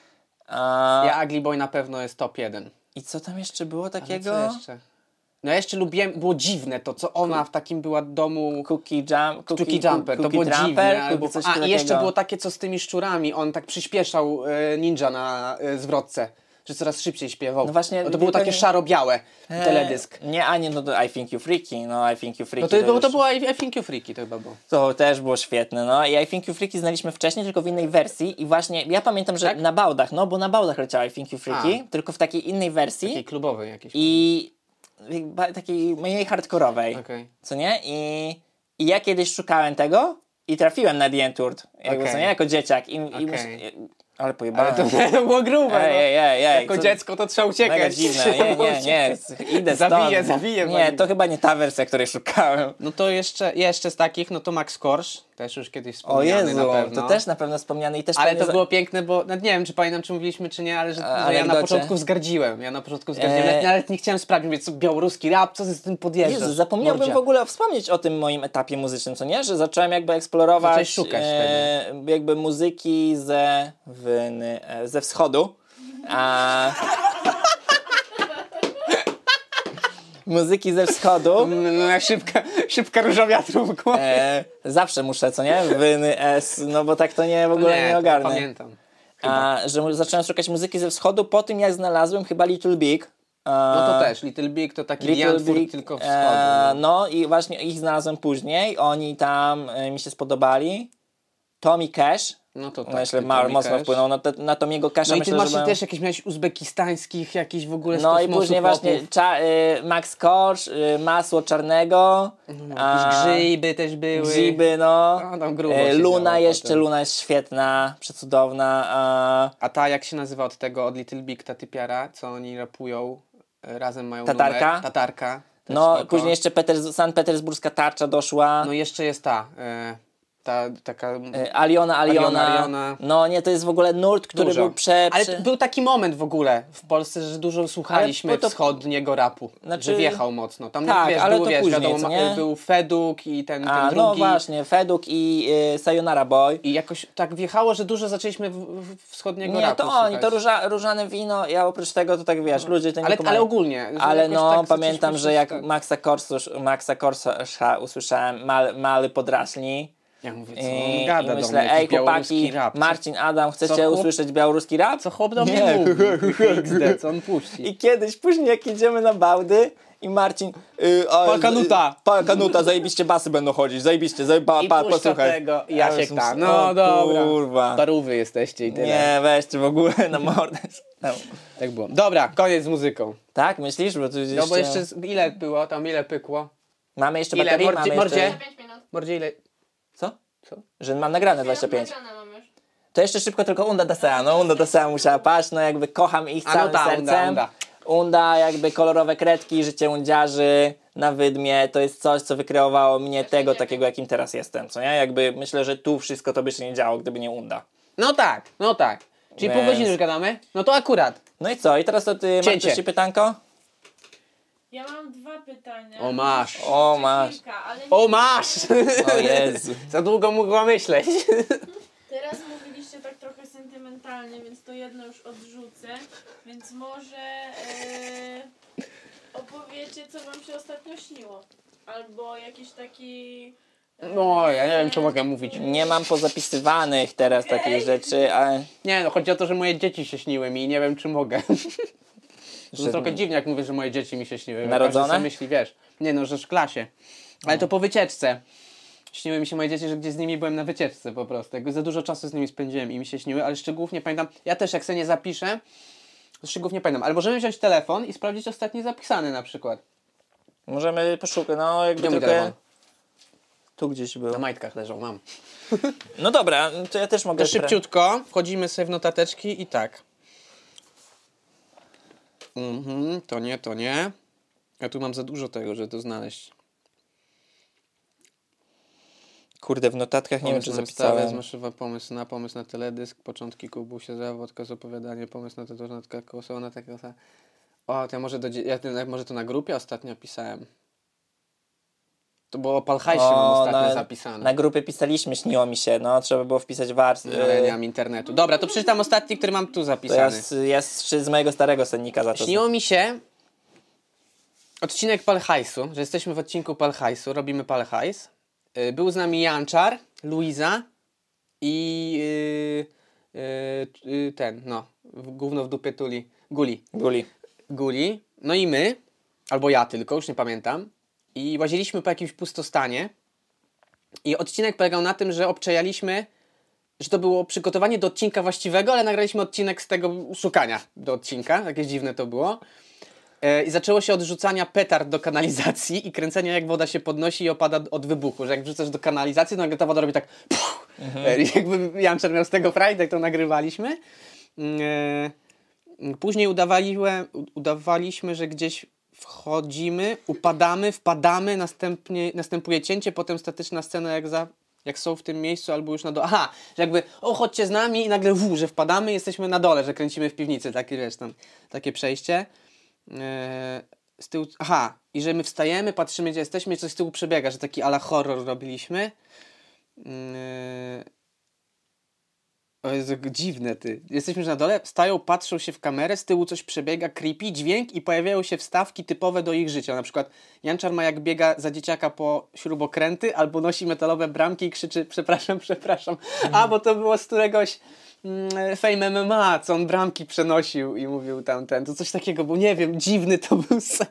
A, Ja Ugly Boy na pewno jest top jeden. I co tam jeszcze było Ale takiego? co jeszcze? No ja jeszcze lubiłem, było dziwne to, co ona w takim była domu... Cookie, jump, cookie, Cookie Jumper, to cookie było Jumper, dziwne. cookie Albo, coś a i jeszcze takiego. było takie, co z tymi szczurami. On tak przyspieszał e, ninja na e, zwrotce, że coraz szybciej śpiewał. No właśnie, to było tylko takie nie- szaro-białe, E, teledysk. Nie, a nie, no to I Think You Freaky, no I Think You Freaky. No to, było, już- to było I, I Think You Freaky, to chyba było. To też było świetne, no i I Think You Freaky znaliśmy wcześniej, tylko w innej wersji i właśnie, ja pamiętam, że Tak? na bałdach, no bo na bałdach leciała I Think You Freaky, tylko w takiej innej wersji Takiej klubowej jakiejś. i ba- takiej mniej hardkorowej, Okej. co nie? I, I ja kiedyś szukałem tego i trafiłem na The Entourage, jakby, Okej. co nie? Jako dzieciak i, i Okej. myśl, ale pojebałem. Ale to, to było grube, Ej, no. ej, ej, ej, Jako co- dziecko to trzeba uciekać. Mega dziwne, nie, nie, nie, idę stąd. Zabiję, zabiję Nie, pani. to chyba nie ta wersja, której szukałem. No to jeszcze, jeszcze z takich, no to Max Korsz, też już kiedyś O wspomniany Jezu, na pewno. to też na pewno wspomniany i też Ale pewnie to za- było piękne, bo no nie wiem, czy pamiętam, czy mówiliśmy, czy nie, ale że, A, że ja na anegdocie? początku zgardziłem. Ja na początku zgardziłem, Eee. nawet, nawet nie chciałem sprawdzić, mówię, co białoruski rap, co ty z tym podjeżdżasz? Jezu, zapomniałbym mordzia? w ogóle wspomnieć o tym moim etapie muzycznym, co nie? Że zacząłem jakby eksplorować Zacząłeś szukać e, jakby muzyki ze, wyny, e, ze wschodu. A... muzyki ze wschodu. No, jak szybka, szybka róża wiatru w głowie. E, zawsze muszę, co nie? Wyny S, no bo tak to nie w ogóle nie, to ogarnę. pamiętam. A, że mu- zacząłem szukać muzyki ze wschodu po tym, jak znalazłem chyba Little Big. A, No to też, Little Big to taki Little Little Big, tylko wschodu. e, no. no i właśnie ich znalazłem później, oni tam e, mi się spodobali. Tommy Cash, No to tak. myślę, ty ma, Tommy mocno Cash. wpłynął na, te, na Tomiego Casha. No i ty myślę, masz że byłem- też jakieś miałeś uzbekistańskich, jakiś w ogóle z No i kosmosu później chłopów. właśnie cza, y, Max Korsz, y, Masło Czarnego, No, a, jakieś grzyby też były. Grzyby, no. No, tam grubo E, się Luna działo jeszcze, potem. Luna jest świetna, przecudowna. A, A ta, jak się nazywa od tego, od Little Big, ta typiara, co oni rapują, e, razem mają Tatarka? numer. Tatarka. też no, spoko. później jeszcze Peter, San Petersburska tarcza doszła. No jeszcze jest ta, e, ta taka... E, Aliona, Aliona. Aliona, Aliona. No nie, to jest w ogóle nurt, który Dużo. był prze... Ale prze... t- był taki moment w ogóle w Polsce, że dużo słuchaliśmy Ale to- wschodniego rapu, Znaczy- że wjechał mocno. Tam Tak, wiesz, ale było, to wiesz, później, wiadomo, co ma- nie? był Feduk i ten, ten A, drugi. no właśnie, Feduk i y, Sayonara Boy. I jakoś tak wjechało, że dużo zaczęliśmy w, w wschodniego Nie, rapu to słuchać. oni, to róża, różane wino, ja oprócz tego to tak wiesz, ludzie to nie Ale, kumają. ale ogólnie. że Ale jakoś no, tak pamiętam, zaczęliśmy że jak wszystko- Maxa Korsa, Maxa Korsa usłyszałem, mal, mały podraśli. Ja mówię, co I, on gada i do myślę, mnie, ej jakiś białoruski chłopaki, rap. Co- Marcin, Adam, chcecie co chłop- usłyszeć białoruski rap? Co chłop do mnie Nie. mówi? X D, co on puści? I kiedyś, później jak jedziemy na Bałdy i Marcin... Yy, a, Polka nuta. y, Polka nuta, zajebiście basy będą chodzić, zajebiście, zaje, pa, I pa, puszcza posłuchaj. tego Ja Jasiek już tam. myślę, No o dobra. kurwa. Parówy jesteście i tyle. Nie, weźcie w ogóle na mordę. No. Tak było. Dobra, koniec z muzyką. Tak, myślisz? Bo tu gdzieś No bo jeszcze z- ile było tam, ile pykło? Mamy jeszcze Ile? baterii? Mordzie- Mamy mordzie? jeszcze... pięć minut. Mordzie ile? Co? Co? Że mam nagrane dwadzieścia pięć. Nagrane mam już. To jeszcze szybko tylko Unda Dasea. No Unda Dasea musiała paść, no jakby kocham ich A, no całym ta, sercem. Unda, Unda. Unda, jakby kolorowe kredki, życie undziarzy na wydmie, to jest coś, co wykreowało mnie tego takiego, jakim teraz jestem, co nie? Jakby myślę, że tu wszystko to by się nie działo, gdyby nie Unda. No tak, no tak. Czyli pół Więc- godziny już gadamy? No to akurat. No i co? I teraz to ty masz Cięcie. jeszcze pytanko? Ja mam dwa pytania. O, masz. O, Czy masz. Kilka, ale nie... O, masz! O Jezu. Za długo mogła myśleć. Teraz mówiliście tak trochę sentymentalnie, więc to jedno już odrzucę. Więc może e, opowiecie, co wam się ostatnio śniło. Albo jakiś taki No, ja nie wiem, czy mogę mówić. Nie mam pozapisywanych teraz takich rzeczy, ale... Nie, no chodzi o to, że moje dzieci się śniły mi i nie wiem, czy mogę. To Że- jest trochę dziwnie, jak mówię, że moje dzieci mi się śniły. Narodzone? Każdy sobie myśli, wiesz. Nie no, że w klasie. Ale to po wycieczce. Śniły mi się moje dzieci, że gdzieś z nimi byłem na wycieczce po prostu. Jakby za dużo czasu z nimi spędziłem i mi się śniły, ale szczegółów nie pamiętam. Ja też jak sobie nie zapiszę, to szczegółów nie pamiętam. Ale możemy wziąć telefon i sprawdzić ostatni zapisany na przykład. Możemy poszukać, no jakby Gdzie mój trochę... telefon? Tu gdzieś był. Na majtkach leżą, mam. No dobra, to ja też mogę... To szybciutko, wchodzimy sobie w notateczki i tak. Mhm, to nie, to nie. Ja tu mam za dużo tego, żeby to znaleźć. Kurde, w notatkach nie wiem, czy Pomysł na wystawę, zapisałem. zmaszywa pomysł na pomysł na teledysk, początki Kubusia, zawodka, opowiadanie, pomysł na tatuaż, kosoła, na taką. O, to ja może, do, ja to, może to na grupie ostatnio pisałem. To było o Palhajsie mam O, ostatnio na, zapisane. na grupie pisaliśmy, śniło mi się, no trzeba było wpisać wars. No, ale ja nie mam internetu. Dobra, to przeczytam ostatni, który mam tu To ja zapisany. z, ja z, z mojego starego sennika za to. Śniło mi się odcinek Palhajsu, że jesteśmy w odcinku Palhajsu, robimy Palhajs. Yy, Był z nami Janczar, Luiza i yy, yy, yy, ten, no, w- gówno w dupie tuli, Guli. Guli. Guli, no i my, albo ja tylko, już nie pamiętam. I łaziliśmy po jakimś pustostanie. I odcinek polegał na tym, że obczajaliśmy, że to było przygotowanie do odcinka właściwego, ale nagraliśmy odcinek z tego szukania do odcinka. Jakieś dziwne to było. E, I zaczęło się od rzucania petard do kanalizacji i kręcenia, jak woda się podnosi i opada od wybuchu. Że jak wrzucasz do kanalizacji, to nagle ta woda robi tak... Puh! E, i jakby Janczar miał z tego frajdę, jak to nagrywaliśmy. E, Później udawaliłem, udawaliśmy, że gdzieś wchodzimy, upadamy, wpadamy, następnie, następuje cięcie, potem statyczna scena jak, za, jak są w tym miejscu albo już na dole. Aha, że jakby o chodźcie z nami i nagle w, że wpadamy i jesteśmy na dole, że kręcimy w piwnicy, takie wiesz tam, takie przejście. Eee, z tyłu, aha, i że my wstajemy, patrzymy gdzie jesteśmy i coś z tyłu przebiega, że taki ala horror robiliśmy. Eee, O Jezu, jak dziwne ty. Jesteśmy już na dole, stają, patrzą się w kamerę, z tyłu coś przebiega, creepy, dźwięk i pojawiają się wstawki typowe do ich życia. Na przykład Janczar ma jak biega za dzieciaka po śrubokręty albo nosi metalowe bramki i krzyczy przepraszam, przepraszam. A, bo to było z któregoś mm, Fame M M A, co on bramki przenosił i mówił tamten. To coś takiego, bo nie wiem, dziwny to był sen.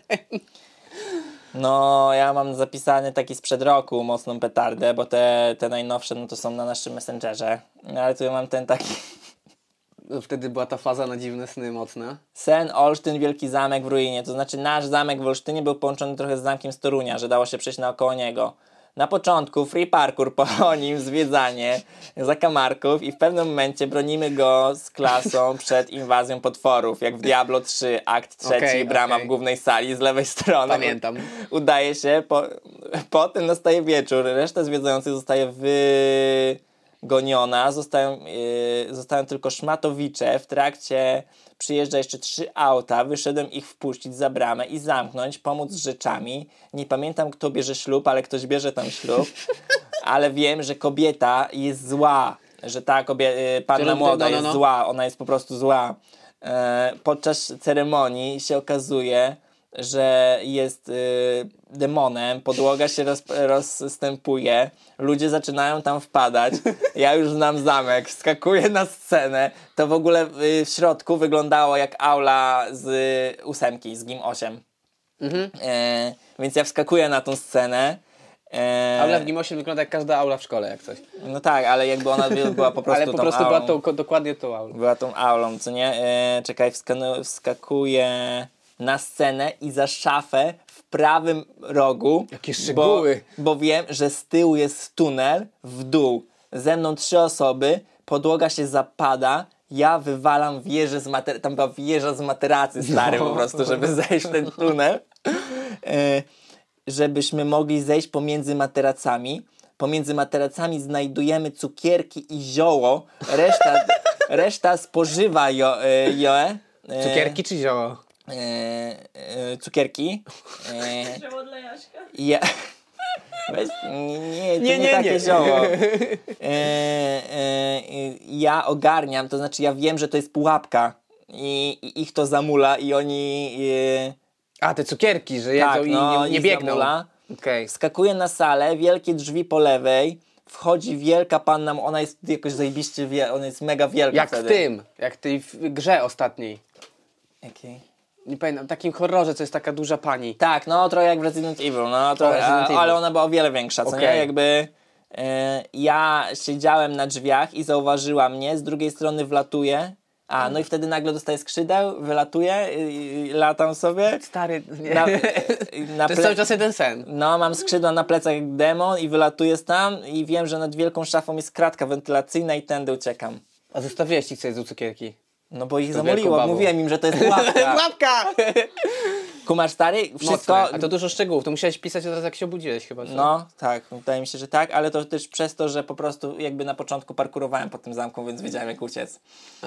No, ja mam zapisany taki sprzed roku mocną petardę, bo te, te najnowsze no to są na naszym Messengerze. Ale tu ja mam ten taki Wtedy była ta faza na dziwne sny mocna. sen Olsztyn, Wielki Zamek w ruinie. To znaczy nasz zamek w Olsztynie był połączony trochę z zamkiem z Torunia, że dało się przejść naokoło niego. Na początku free parkour po nim, zwiedzanie zakamarków i w pewnym momencie bronimy go z klasą przed inwazją potworów, jak w Diablo trzy, akt trzeci, Okej, brama okej. w głównej sali z lewej strony. Pamiętam. Udaje się, po, potem nastaje wieczór, reszta zwiedzających zostaje wygoniona, zostają, yy, zostają tylko szmatowicze, w trakcie przyjeżdża jeszcze trzy auta, wyszedłem ich wpuścić za bramę i zamknąć, pomóc z rzeczami. Nie pamiętam kto bierze ślub, ale ktoś bierze tam ślub, ale wiem, że kobieta jest zła, że ta kobieta, yy, panna Która- młoda no, no, jest no. zła, ona jest po prostu zła. E, podczas ceremonii się okazuje, że jest y, demonem, podłoga się roz, rozstępuje, ludzie zaczynają tam wpadać, ja już znam zamek, wskakuję na scenę, to w ogóle y, w środku wyglądało jak aula z ósemki, z Gim osiem. Mhm. E, więc ja wskakuję na tą scenę. E, Aula w Gim osiem wygląda jak każda aula w szkole, jak coś. no tak, ale jakby ona była po prostu Ale po tą prostu aulą. była tą, ko- dokładnie tą aulą. Była tą aulą, co nie? E, czekaj, wskanu- wskakuję na scenę i za szafę w prawym rogu. Jakie szczegóły. Bo, bo wiem, że z tyłu jest tunel w dół. Ze mną trzy osoby, podłoga się zapada, ja wywalam wieżę z materacy, tam była wieża z materacy stary No. po prostu, żeby zejść w ten tunel. E, żebyśmy mogli zejść pomiędzy materacami. Pomiędzy materacami znajdujemy cukierki i zioło. Reszta, reszta spożywa jo, e, joe. E, Cukierki czy zioło? e, e, cukierki. E, Zioło dla Jaśka. ja, weź, nie, nie, to Nie, nie, nie, takie nie. zioło. E, e, ja ogarniam, to znaczy ja wiem, że to jest pułapka i, i ich to zamula i oni... E, A, te cukierki, że jedzą tak, i no, nie, nie ich biegną. zamula. Okej. Wskakuje na salę, wielkie drzwi po lewej, wchodzi wielka panna, ona jest jakoś zajebiście, wie, ona jest mega wielka Jak wtedy. w tym, jak tej w grze ostatniej. Jakiej? Nie pamiętam, w takim horrorze, co jest taka duża pani. Tak, no trochę jak w Resident Evil, no trochę, Resident a, Evil. ale ona była o wiele większa, co Okej. nie? Jakby e, ja siedziałem na drzwiach i zauważyła mnie, z drugiej strony wlatuje, a no i wtedy nagle dostaję skrzydeł, wylatuję i, i latam sobie. Stary, nie. Na, na To jest cały czas jeden sen. No, mam skrzydła na plecach jak demon i wylatuję tam i wiem, że nad wielką szafą jest kratka wentylacyjna i tędy uciekam. A zostawiłeś ci coś z cukierki. No bo ich To zamoliło, wielką babą. mówiłem im, że to jest pułapka. Pułapka! Kumasz stary? Wszystko... Mocne. A to dużo szczegółów, to musiałeś pisać od razu jak się obudziłeś chyba. co? No, tak, wydaje mi się, że tak, ale to też przez to, że po prostu jakby na początku parkurowałem po tym zamku, więc wiedziałem jak uciec.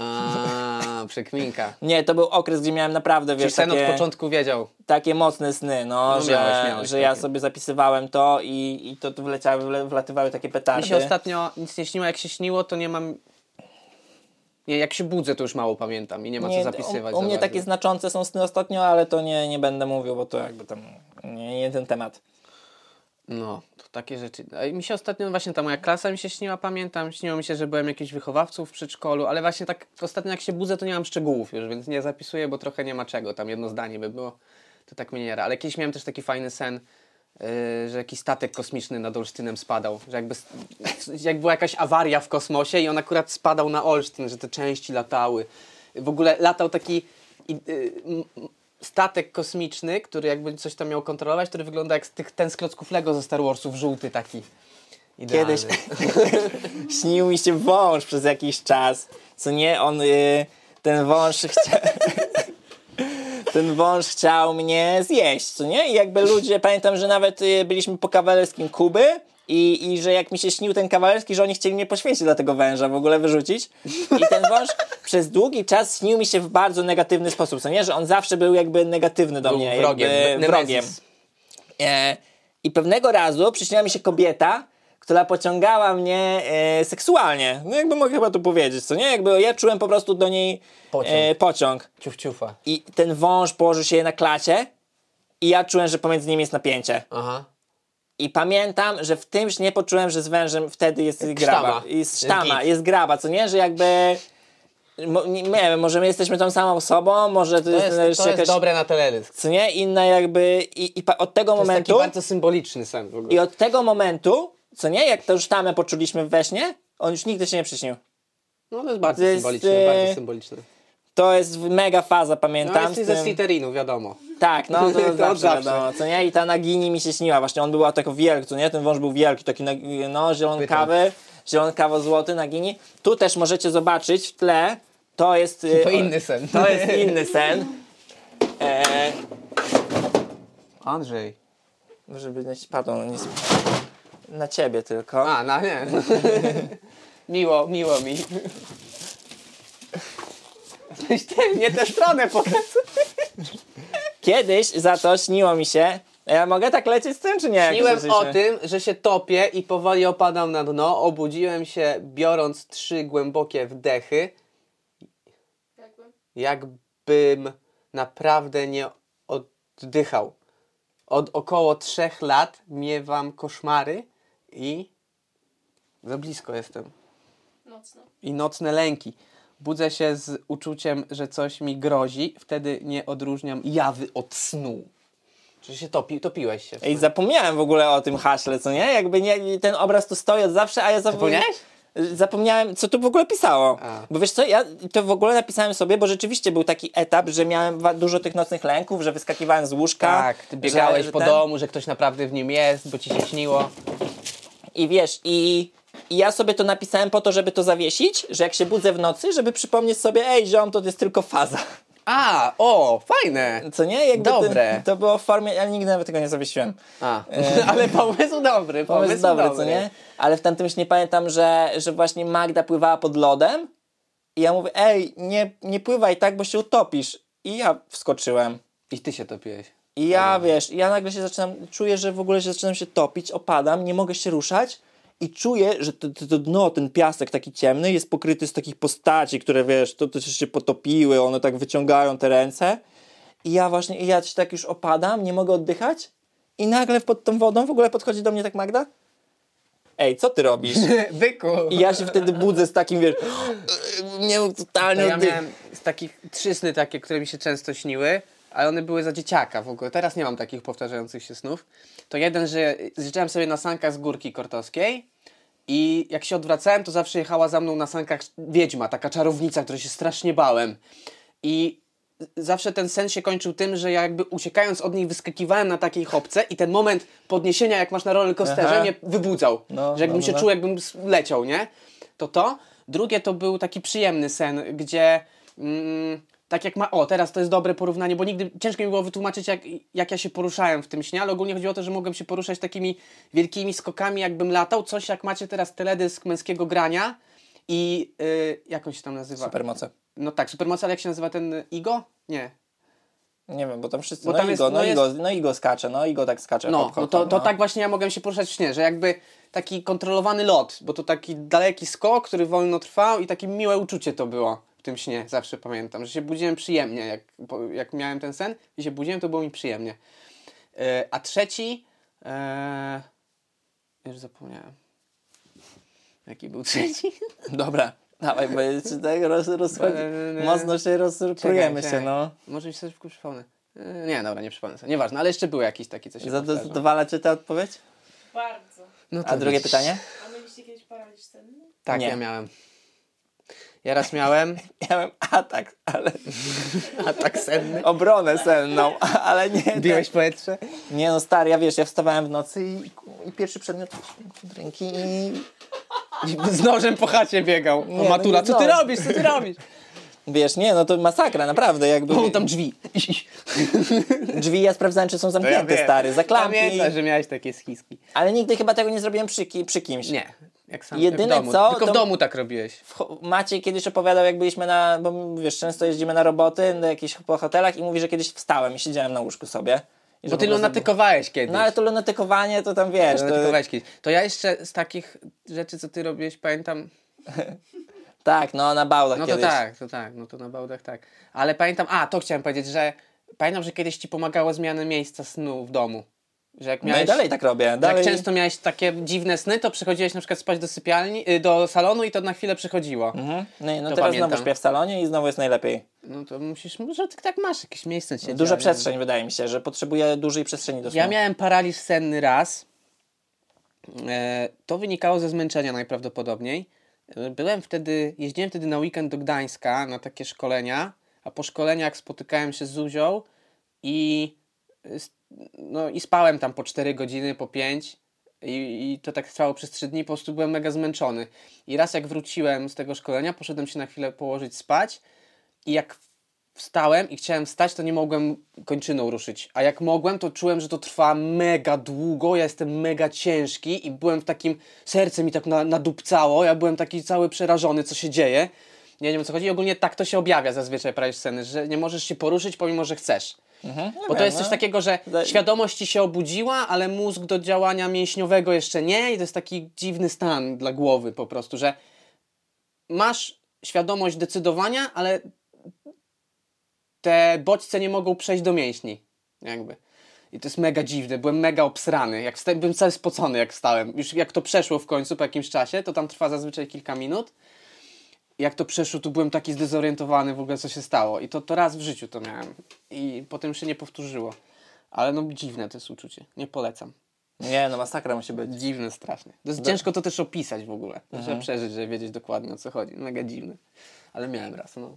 A, przekminka. Nie, to był okres, gdzie miałem naprawdę, Czyli wiesz, sen takie, od początku wiedział. takie mocne sny, no, No że, miałeś, miałeś że ja takie. sobie zapisywałem to i, i to tu wleciały, wle- wlatywały takie petardy. Mi się ostatnio nic nie śniło, jak się śniło, to nie mam... Nie, jak się budzę, to już mało pamiętam i nie ma co zapisywać. U, u za mnie bardzo. takie znaczące są sny ostatnio, ale to nie, nie będę mówił, bo to jakby tam nie, nie ten temat. No, to takie rzeczy. A mi się ostatnio, właśnie ta moja klasa mi się śniła, pamiętam. Śniło mi się, że byłem jakiś wychowawców w przedszkolu, ale właśnie tak ostatnio jak się budzę, to nie mam szczegółów już, więc nie zapisuję, bo trochę nie ma czego. Tam jedno zdanie by było, to tak mnie nie jara. Ale kiedyś miałem też taki fajny sen, yy, że jakiś statek kosmiczny nad Olsztynem spadał. Że jakby, s- jak była jakaś awaria w kosmosie i on akurat spadał na Olsztyn, że te części latały. W ogóle latał taki... i- yy, m- m- statek kosmiczny, który jakby coś tam miał kontrolować, który wygląda jak z tych, ten z klocków Lego ze Star Warsów, żółty taki. Idealny. Kiedyś śnił mi się wąż przez jakiś czas, co nie, on, y, ten wąż chciał... Ten wąż chciał mnie zjeść, co nie? I jakby ludzie, pamiętam, że nawet y, byliśmy po kawalerskim Kuby i, i że jak mi się śnił ten kawalerski, że oni chcieli mnie poświęcić dla tego węża, w ogóle wyrzucić. I ten wąż przez długi czas śnił mi się w bardzo negatywny sposób, co nie? Że on zawsze był jakby negatywny do Był mnie, wrogiem. jakby Nemesis. wrogiem. E, I pewnego razu przyśniła mi się kobieta, która pociągała mnie e, seksualnie. No jakby mogę chyba tu powiedzieć, co nie? Jakby ja czułem po prostu do niej Pociąg. e, pociąg. Ciuf, ciufa. I ten wąż położył się na klacie i ja czułem, że pomiędzy nimi jest napięcie. Aha. I pamiętam, że w tym nie poczułem, że z wężem wtedy jest graba. sztama. Jest Jest sztama, git. jest graba, co nie? Że jakby... Mo, nie, nie wiem, może my jesteśmy tą samą osobą, może to, To jest, jest, jeszcze to jest jakaś... dobre na teledysk. Co nie? Inna jakby... I, i pa, od tego To jest momentu... taki bardzo symboliczny sen w ogóle. I od tego momentu, co nie? Jak tę sztamę poczuliśmy we śnie, on już nigdy się nie przyśnił. No to jest bardzo To jest, symboliczne, e, bardzo symboliczne. To jest mega faza, No pamiętam. jesteś z ze tym- Slytherinu, wiadomo. Tak, no to, To od zawsze, zawsze. wiadomo, co nie? I ta Nagini mi się śniła, właśnie on był taki wielki, co nie? Ten wąż był wielki, taki nag- no, zielonkawy, zielonkawo-złoty Nagini. Tu też możecie zobaczyć w tle, to jest... y, To inny sen. To jest inny sen. E, Andrzej. żeby nie spadło, no, nie sp- na ciebie tylko. A, no nie. miło, miło mi. Coś ty, nie tę stronę pokaż. Kiedyś za to śniło mi się, ja mogę tak lecieć z tym, czy nie? Jak Śniłem słyszycie? o tym, że się topię i powoli opadam na dno. Obudziłem się biorąc trzy głębokie wdechy. Jakby. Jakbym naprawdę nie oddychał. Od około trzech lat miewam koszmary i za blisko jestem. Nocno. I nocne lęki. Budzę się z uczuciem, że coś mi grozi. Wtedy nie odróżniam jawy od snu. Czy się topi, topiłeś się? w Ej, snu? zapomniałem w ogóle o tym haśle, co nie? Jakby nie, ten obraz tu stoi od zawsze, a ja zapomniałem... Zapomniałeś? Zapomniałem, co tu w ogóle pisało. A. Bo wiesz co, ja to w ogóle napisałem sobie, bo rzeczywiście był taki etap, że miałem wa- dużo tych nocnych lęków, że wyskakiwałem z łóżka. Tak, ty biegałeś że, że po ten- domu, że ktoś naprawdę w nim jest, bo ci się śniło. I wiesz, i, i ja sobie to napisałem po to, żeby to zawiesić, że jak się budzę w nocy, żeby przypomnieć sobie, ej ziom, to jest tylko faza. A, o, fajne. Co nie? Jakby Dobre. To, to było w formie, ale nigdy nawet tego nie zawiesiłem. A, ale pomysł dobry, pomysł, Pomysł dobry, co nie? Ale w tamtym nie pamiętam, że, że właśnie Magda pływała pod lodem i ja mówię, ej, nie, nie pływaj tak, bo się utopisz. I ja wskoczyłem. I ty się topiłeś. I ja, wiesz, ja nagle się zaczynam, czuję, że w ogóle się zaczynam się topić, opadam, nie mogę się ruszać i czuję, że to, to, to dno, ten piasek taki ciemny jest pokryty z takich postaci, które, wiesz, to, to się potopiły, one tak wyciągają te ręce i ja właśnie, i ja się tak już opadam, nie mogę oddychać I nagle pod tą wodą w ogóle podchodzi do mnie tak Magda. Ej, co ty robisz? Byku! I ja się wtedy budzę z takim, wiesz, nie mógł To totalnie ja oddych- miałem z takich trzy sny takie, które mi się często śniły, ale one były za dzieciaka w ogóle. Teraz nie mam takich powtarzających się snów. To jeden, że zjeżdżałem sobie na sankach z górki kortowskiej i jak się odwracałem, to zawsze jechała za mną na sankach wiedźma, taka czarownica, której się strasznie bałem. I zawsze ten sen się kończył tym, że ja jakby uciekając od niej wyskakiwałem na takiej chopce i ten moment podniesienia, jak masz na rollercoasterze, Aha. mnie wybudzał. No, że jakbym no, się no. czuł, jakbym s- leciał, nie? To to. Drugie to był taki przyjemny sen, gdzie mm, tak jak ma... O, teraz to jest dobre porównanie, bo nigdy ciężko mi było wytłumaczyć, jak, jak ja się poruszałem w tym śnie, ale ogólnie chodziło o to, że mogłem się poruszać takimi wielkimi skokami, jakbym latał. Coś jak macie teraz teledysk męskiego grania i... Yy, jak on się tam nazywa? Supermoce. No tak, Supermoc, ale jak się nazywa ten Igo? Nie. Nie wiem, bo tam wszyscy, Bo no, tam Igo, jest- no, no Igo, jest- no Igo skacze, no Igo tak skacze. No, hop, hop, no to, hop, to no. tak właśnie ja mogłem się poruszać w śnie, że jakby taki kontrolowany lot, bo to taki daleki skok, który wolno trwał i takie miłe uczucie to było w tym śnie, zawsze pamiętam, że się budziłem przyjemnie, jak, po- jak miałem ten sen i się budziłem, to było mi przyjemnie. E, a trzeci, e, już zapomniałem. Jaki był trzeci? Dobra, dawaj, bo jeszcze tak roz, rozchodzi, Eee, mocno się rozprujemy Czekaj, się, czekaj. no. Może mi sobie szybko przypomnę. E, nie, dobra, nie przypomnę sobie. Nieważne, ale jeszcze był jakiś taki, co się powtarzał. Zadowala cię ta odpowiedź? Bardzo. No A drugie widzisz. pytanie? A mieliście kiedyś paraliż senny? Tak, Nie. ja miałem. Ja raz miałem Ja miałem atak, ale atak senny. obronę senną, ale nie. Biłeś powietrze? Nie no stary, ja wiesz, ja wstawałem w nocy i, i pierwszy przedmiot od ręki i Z nożem po chacie biegał. Nie, O, matura, no co ty no. robisz, co ty robisz? wiesz, nie no to masakra, naprawdę, jakby O, tam drzwi. drzwi ja sprawdzałem, czy są zamknięte, stary, za klamki, Pamiętam, że miałeś takie schiski. ale nigdy chyba tego nie zrobiłem przy, ki- przy kimś. Nie, jak sam Jedyne w domu. co, Tylko to- w domu tak robiłeś. W- Maciej kiedyś opowiadał, jak byliśmy na, bo wiesz, często jeździmy na roboty, na jakieś po hotelach i mówi, że kiedyś wstałem i siedziałem na łóżku sobie. I że Bo ty po prostu- lunatykowałeś kiedyś. No ale to lunatykowanie to tam wiesz, to, Lunatykowałeś kiedyś. To ja jeszcze z takich rzeczy, co ty robiłeś, pamiętam... tak, no na bałdach No to kiedyś. tak, to tak, no to na bałdach tak. Ale pamiętam, a to chciałem powiedzieć, że pamiętam, że kiedyś ci pomagało zmiana miejsca snu w domu. Że jak No i miałeś... dalej tak robię, dalej. Jak często miałeś takie dziwne sny, to przychodziłeś na przykład spać do sypialni, y, do salonu i to na chwilę przychodziło. Mhm. No, i- no To teraz pamiętam. znowu śpię w salonie i znowu jest najlepiej. No to musisz, może ty tak masz jakieś miejsce. Cię Duża działa, przestrzeń wydaje mi się, że potrzebuję dużej przestrzeni do nie snu. wiem. Ja miałem paraliż senny raz. E, to wynikało ze zmęczenia najprawdopodobniej. E, Byłem wtedy, jeździłem wtedy na weekend do Gdańska na takie szkolenia, a po szkoleniach spotykałem się z Zuzią i, y, s- no, i spałem tam po cztery godziny, po pięć. I, I to tak trwało przez trzy dni, po prostu byłem mega zmęczony. I raz jak wróciłem z tego szkolenia, poszedłem się na chwilę położyć spać i jak wstałem i chciałem wstać, to nie mogłem kończyną ruszyć. A jak mogłem, to czułem, że to trwa mega długo, ja jestem mega ciężki i byłem w takim, serce mi tak na, nadupcało, ja byłem taki cały przerażony, co się dzieje. Nie wiem, o co chodzi. I ogólnie tak to się objawia zazwyczaj paraliż senny, że nie możesz się poruszyć, pomimo, że chcesz. Mhm. No Bo to wiem, jest coś no. takiego, że Zda- świadomość ci się obudziła, ale mózg do działania mięśniowego jeszcze nie i to jest taki dziwny stan dla głowy po prostu, że masz świadomość decydowania, ale te bodźce nie mogą przejść do mięśni. Jakby. I to jest mega dziwne. Byłem mega obsrany. Jak wsta- byłem cały spocony, jak wstałem. Już jak to przeszło w końcu po jakimś czasie, to tam trwa zazwyczaj kilka minut. Jak to przeszło, to byłem taki zdezorientowany w ogóle, co się stało. I to, to raz w życiu to miałem. I potem się nie powtórzyło. Ale no dziwne to jest uczucie. Nie polecam. Nie, no masakra musi być. Dziwne strasznie. To jest Do- ciężko to też opisać w ogóle. To Trzeba przeżyć, żeby wiedzieć dokładnie, o co chodzi. Mega dziwne. Ale miałem raz, no.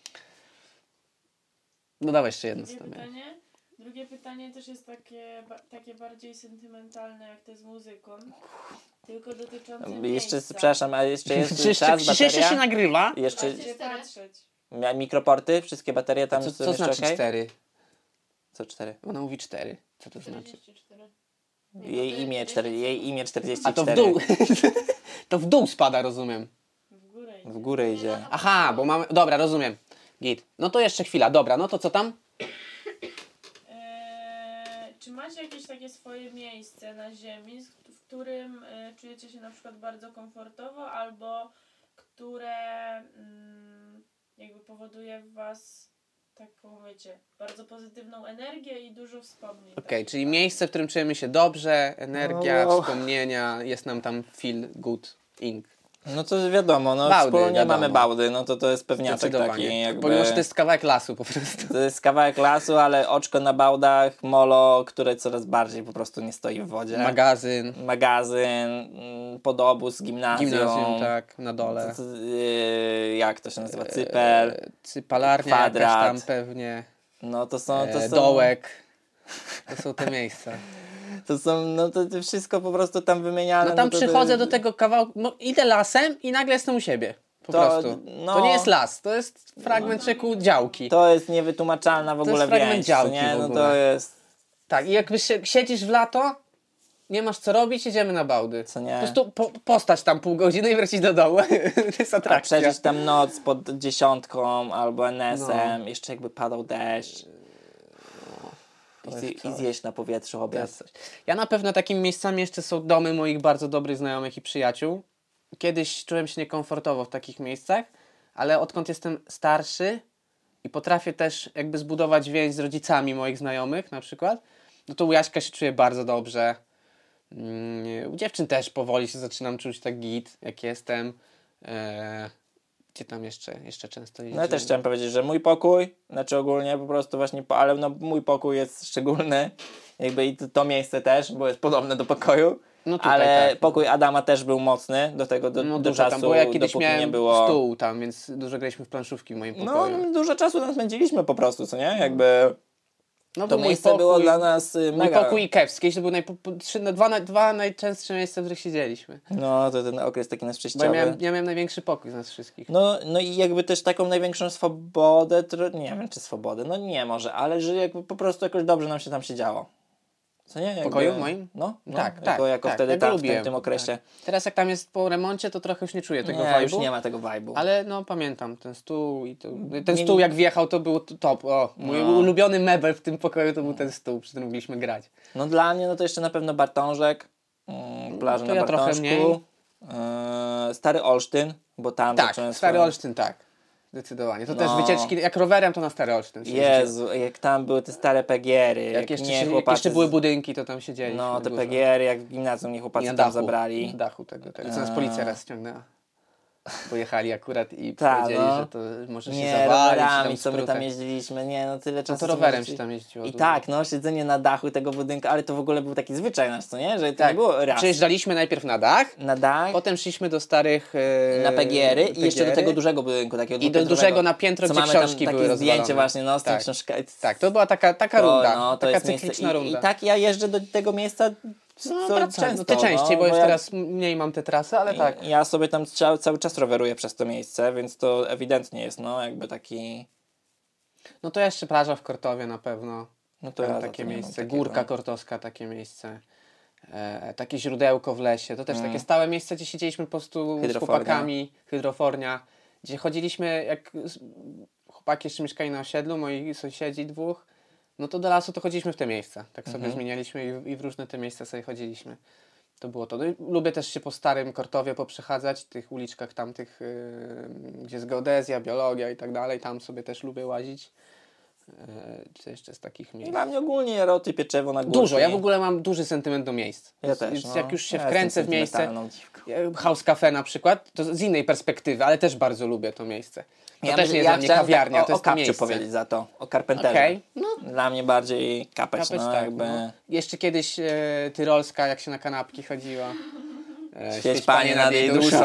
No dawaj jeszcze jedno. Drugie co tam miałem. pytanie. Drugie pytanie też jest takie, ba- takie bardziej sentymentalne, jak to z muzyką. Tylko dotyczące Jeszcze, miejsca. przepraszam, a jeszcze jest Czy jeszcze, czas, czy jeszcze się bateria? nagrywa? I Jeszcze Patrzcie, patrzeć. mia- mikroporty, wszystkie baterie tam Co, są co jeszcze znaczy okej? cztery? Co cztery? Ona mówi cztery. Co to znaczy? czterdzieści cztery. Jej imię, cztery, jej imię czterdzieści A to cztery. w dół. To w dół spada, rozumiem. W górę idzie. W górę idzie. Aha, bo mamy... Dobra, rozumiem. Git. No to jeszcze chwila. Dobra, no to co tam? Eee, czy macie jakieś takie swoje miejsce na ziemi, z- w którym e, czujecie się na przykład bardzo komfortowo, albo które mm, jakby powoduje w was taką, wiecie, bardzo pozytywną energię i dużo wspomnień. Okej, takich. czyli miejsce, w którym czujemy się dobrze, energia, No, wow. wspomnienia, jest nam tam feel good ink. No to wiadomo, no Bałdy, wspólnie wiadomo. mamy bałdy, no to to jest pewniaczek taki Zdecydowanie. jakby... Pomimo, że to jest kawałek lasu po prostu. To jest kawałek lasu, ale oczko na bałdach, molo, które coraz bardziej po prostu nie stoi w wodzie. Magazyn, Magazyn, mm, podobóz, gimnazjum. gimnazjum, tak, na dole. To- to, yy, jak to się nazywa? Cypel. E, Cypalarnia Kwadrat. jakaś tam pewnie. No to są... To E, są dołek. To są te miejsca. To są, no to, to wszystko po prostu tam wymieniane. No tam no to, przychodzę to, do tego kawałku, no, idę lasem i nagle jestem u siebie. Po To, prostu. no. To nie jest las, to jest fragment czeku działki. To jest niewytłumaczalna w To ogóle jest fragment więź, działki nie? w No ogóle. to jest... Tak, i jakby się, siedzisz w lato, nie masz co robić, jedziemy na bałdy. Co nie? Po prostu po, postać tam pół godziny i wrócić do domu. To jest A atrakcja. przeżyć tam noc pod dziesiątką albo en es em, No. jeszcze jakby padał deszcz. I, jest zje, coś. I zjeść na powietrzu To obiad. jest coś. Ja na pewno takimi miejscami jeszcze są domy moich bardzo dobrych znajomych i przyjaciół. Kiedyś czułem się niekomfortowo w takich miejscach, ale odkąd jestem starszy i potrafię też jakby zbudować więź z rodzicami moich znajomych na przykład, no to u Jaśka się czuję bardzo dobrze. Mm, U dziewczyn też powoli się zaczynam czuć tak git, jak jestem. Eee, gdzie tam jeszcze, jeszcze często jeździmy? No ja też chciałem powiedzieć, że mój pokój, znaczy ogólnie po prostu właśnie, po, ale no mój pokój jest szczególny, jakby i to, to miejsce też, bo jest podobne do pokoju, No tutaj ale tak. pokój Adama też był mocny do tego, do, No do dużo czasu, tam było, ja kiedyś dopóki miałem nie było... stół tam, więc dużo graliśmy w planszówki w moim No, pokoju. dużo czasu tam spędziliśmy po prostu, co nie? Jakby No, to mój miejsce pokój, było dla nas y, Mój mega... pokój i Kevs. Kiedyś to były najpo, po- trzy, no, dwa, dwa najczęstsze miejsca, w których siedzieliśmy. No, to ten okres taki nas Bo ja przejściowy. miałem, ja miałem największy pokój z nas wszystkich. No, no i jakby też taką największą swobodę, tro... nie wiem czy swobodę, no nie może, ale że jakby po prostu jakoś dobrze nam się tam siedziało. Co nie? Jakby... pokoju moim? No, no tak, jako, tak. jako tak, wtedy ja go tak, w lubiłem. tym, tym okresie. Tak. Teraz jak tam jest po remoncie, to trochę już nie czuję tego nie, vibe'u. już nie ma tego vibe'u. Ale no pamiętam ten stół i to, ten Nie- stół jak wjechał to był top. O, mój No. ulubiony mebel w tym pokoju to był ten stół, przy którym mogliśmy grać. No dla mnie no to jeszcze na pewno Bartążek, mm, plaża to na ja trochę Bartążku, mniej. yy, Stary Olsztyn, bo tam Tak, zacząłem Stary swoją- Olsztyn, tak. Zdecydowanie. To No. też wycieczki, jak rowerem to na Stary Olsztyn. się jeździło. Jezu, jak tam były te stare pegiery, jak, Jak jeszcze, nie się, jak chłopacy jeszcze były z- budynki, to tam siedzieliśmy. No, te dużo. pegiery, jak w gimnazjum nie I chłopacy na tam dachu, zabrali. na dachu tego, tego. Co nas Eee. policja raz ściągnęła. Pojechali akurat i Ta, powiedzieli, no. że to może się Nie, zawalić. rowerami czy co my tam skrótę. jeździliśmy, nie no tyle No czasu. to co rowerem my się tam jeździło. I dużo. tak, no, siedzenie na dachu tego budynku, ale to w ogóle był taki zwyczaj nasz, co nie? Że to Tak. nie było raz. Przejeżdżaliśmy najpierw na dach, Na dach, potem szliśmy do starych e, na pegiery i jeszcze do pegiery. tego dużego budynku, takiego I do dwupiętrowego, dużego na piętro, co gdzie mamy tam książki takie były zdjęcie rozwalone. właśnie, no, z tym Tak. książkami. Tak, to była taka, taka To, runda, no, to taka jest miejsce. cykliczna I, runda. I tak ja jeżdżę do tego miejsca no, co, wracam. często. No, te częściej, no, bo już ja- teraz mniej mam te trasy, ale tak. Ja sobie tam cały, cały czas roweruję przez to miejsce, więc to ewidentnie jest, no, jakby taki... No to jeszcze plaża w Kortowie na pewno. No to Tam ja za takie to nie mam miejsce. takiego. Górka Kortowska, takie miejsce. E, takie źródełko w lesie. To też Mm. takie stałe miejsce, gdzie siedzieliśmy po prostu z Hydrofornia. chłopakami. Hydrofornia. Gdzie chodziliśmy, jak z- chłopaki jeszcze mieszkali na osiedlu, moi sąsiedzi dwóch, no to do lasu to chodziliśmy w te miejsca. Tak sobie Mhm. zmienialiśmy i, w- i w różne te miejsca sobie chodziliśmy. To było to. No i lubię też się po starym Kortowie poprzechadzać, tych uliczkach tamtych, yy, gdzie jest geodezja, biologia i tak dalej. Tam sobie też lubię łazić. Yy, co jeszcze z takich miejsc? Dla mnie ogólnie Jaroty, Pieczewo na górki. Dużo. Ja w ogóle mam duży sentyment do miejsc. Ja Więc- też, Więc no. jak już się Ja wkręcę jestem w miejsce, sentymentalną dziwką. ja- House Cafe na przykład, to z innej perspektywy, ale też bardzo lubię to miejsce. To Ja też myślę- nie jest ja dla mnie chciałem kawiarnia, tak to o, jest o to kapciu miejsce. powiedzieć za to, o Carpenterze. Okej, no Dla mnie bardziej kapeć, kapeć no tak. jakby... No. Jeszcze kiedyś e, tyrolska, jak się na kanapki chodziła. E, Świeć Panie nad jej duszą.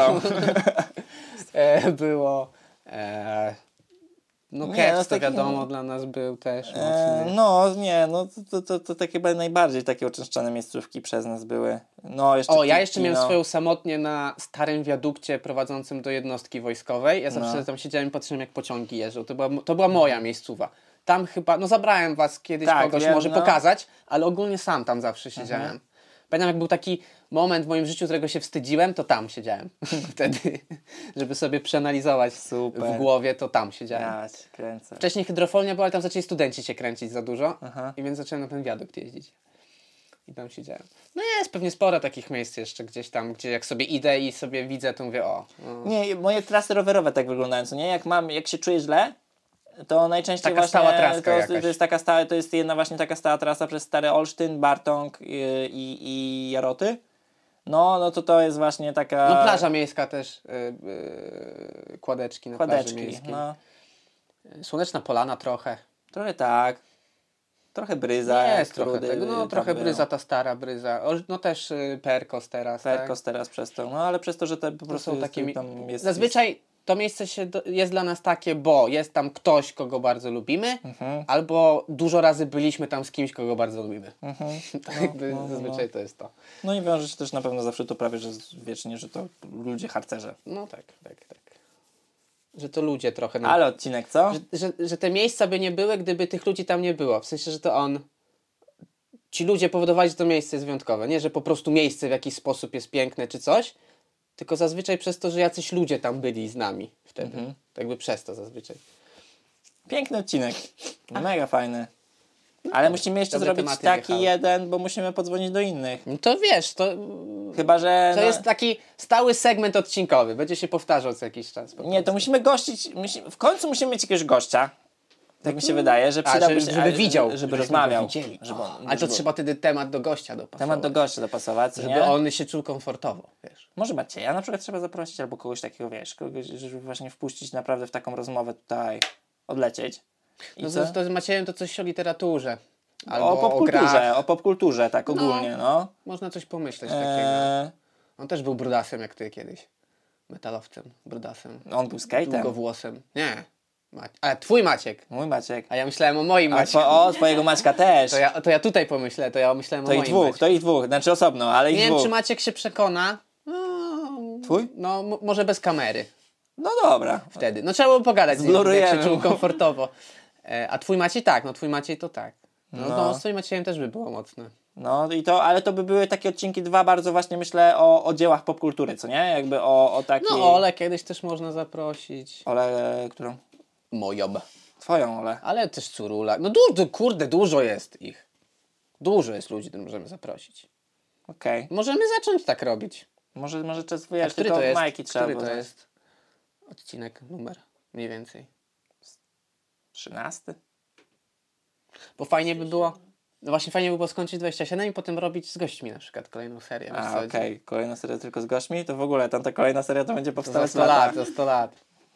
e, było. E, no Nie, Kevs no to taki- wiadomo dla nas był też E, mocny. no, nie, no to, to, to, to takie chyba najbardziej takie uczęszczane miejscówki przez nas były. No, jeszcze O, ja ki- jeszcze kino. miałem swoją samotnię na starym wiadukcie prowadzącym do jednostki wojskowej. Ja zawsze No. tam siedziałem i patrzyłem, jak pociągi jeżdżą. To była, to była moja miejscowa. Tam chyba, no zabrałem was kiedyś Tak, kogoś wiem, może no. pokazać, ale ogólnie sam tam zawsze siedziałem. Pamiętam, jak był taki moment w moim życiu, którego się wstydziłem, to tam siedziałem. Wtedy, żeby sobie przeanalizować Super. w głowie, to tam siedziałem. Ja cię kręcę. Wcześniej hydrofonia była, ale tam zaczęli studenci się kręcić za dużo. Aha. I więc zacząłem na ten wiadukt jeździć. I tam siedziałem. No jest pewnie sporo takich miejsc jeszcze gdzieś tam, gdzie jak sobie idę i sobie widzę, to mówię o. o. Nie, moje trasy rowerowe tak wyglądają, co nie? Jak mam, jak się czuję źle, To najczęściej Taka właśnie stała traska to, jakaś. to jest taka stała, to jest jedna właśnie taka stała trasa przez Stary Olsztyn, Bartąg i, i, i Jaroty. No, no to to jest właśnie taka... No plaża miejska też, yy, yy, kładeczki na plaży Kładeczki, miejskiej. no. Słoneczna Polana trochę. Trochę tak. Trochę bryza. jak Jest trochę rudy, tego, no tam trochę był. bryza, ta stara bryza. O, no też y, Perkos teraz, Perkos tak? teraz przez to. No ale przez to, że te po To prostu są jest, takie... mi- tam jest... Zazwyczaj to miejsce się do, jest dla nas takie, bo jest tam ktoś, kogo bardzo lubimy, Mhm. albo dużo razy byliśmy tam z kimś, kogo bardzo lubimy. Mhm. Tak No, jakby no, no, zazwyczaj to jest to. No i wiąże się też na pewno zawsze to prawie, że z- wiecznie, że to ludzie harcerze. No tak, tak, tak. Że to ludzie trochę... nam- Ale odcinek, co? że, że, że te miejsca by nie były, gdyby tych ludzi tam nie było. W sensie, że to on... Ci ludzie powodowali, że to miejsce jest wyjątkowe. Nie, że po prostu miejsce w jakiś sposób jest piękne czy coś, tylko zazwyczaj przez to, że jacyś ludzie tam byli z nami wtedy. Mhm. Tak jakby przez to zazwyczaj. Piękny odcinek. Mega fajny. Ale musimy jeszcze dobre zrobić tematy taki wjechały. jeden, bo musimy podzwonić do innych. No to wiesz, to, Chyba, że... to no, jest taki stały segment odcinkowy. Będzie się powtarzał co jakiś czas. po Nie, prostu. to musimy gościć... Musi... W końcu musimy mieć jakiegoś gościa. Tak mi się wydaje, że A, przydałby żeby, się... żeby a, widział. Żeby, żeby żebyśmy go rozmawiał. widzieli. Żeby on, Ale to żeby... trzeba wtedy temat do gościa dopasować. Temat do gościa dopasować, co Żeby nie? on się czuł komfortowo, wiesz. Może Macieja na przykład trzeba zaprosić, albo kogoś takiego, wiesz, kogoś, żeby właśnie wpuścić naprawdę w taką rozmowę tutaj, odlecieć. I No co? to, to z Maciejem to coś o literaturze. Albo O o popkulturze, grach. o popkulturze, tak ogólnie, no. Można coś pomyśleć takiego. Eee, On też był brudasem jak ty kiedyś. Metalowcem, brudasem. on był skatem. Długowłosem. Nie. Ma... Ale twój Maciek. Mój Maciek. A ja myślałem o moim A Macieku. two, o, twojego Maćka też. To ja, to ja tutaj pomyślę, to ja myślałem To o ich moim dwóch, Macieku. to ich dwóch, znaczy osobno, ale ich Nie wiem, dwóch. czy Maciek się przekona. No, Twój? No, m- może bez kamery No dobra. wtedy. No trzeba było pogadać z nim, jak Zblurujemy. się czuł komfortowo. E, a twój Maciej tak, no twój Maciej to tak. No, No. no. z twoim Maciejem też by było mocne. No i to, ale to by były takie odcinki dwa bardzo właśnie myślę o, o dziełach popkultury, co nie? Jakby o, o takiej... No Ole kiedyś też można zaprosić. Ole, którą? Moją. Twoją Ole. Ale też Curula. No dużo, kurde, dużo jest ich. Dużo jest ludzi, których możemy zaprosić. Okej. Możemy zacząć tak robić. Może, może czas A wiesz, który tylko to jest? Majki trzeba Który było to znać. jest odcinek, numer mniej więcej? Trzynasty? Bo fajnie by było, no właśnie fajnie by było skończyć dwadzieścia siedem i potem robić z gośćmi na przykład kolejną serię. wiesz A, co okej. chodzi? Kolejna seria tylko z gośćmi? To w ogóle tamta kolejna seria to będzie To powstała za sto lat, za sto lat.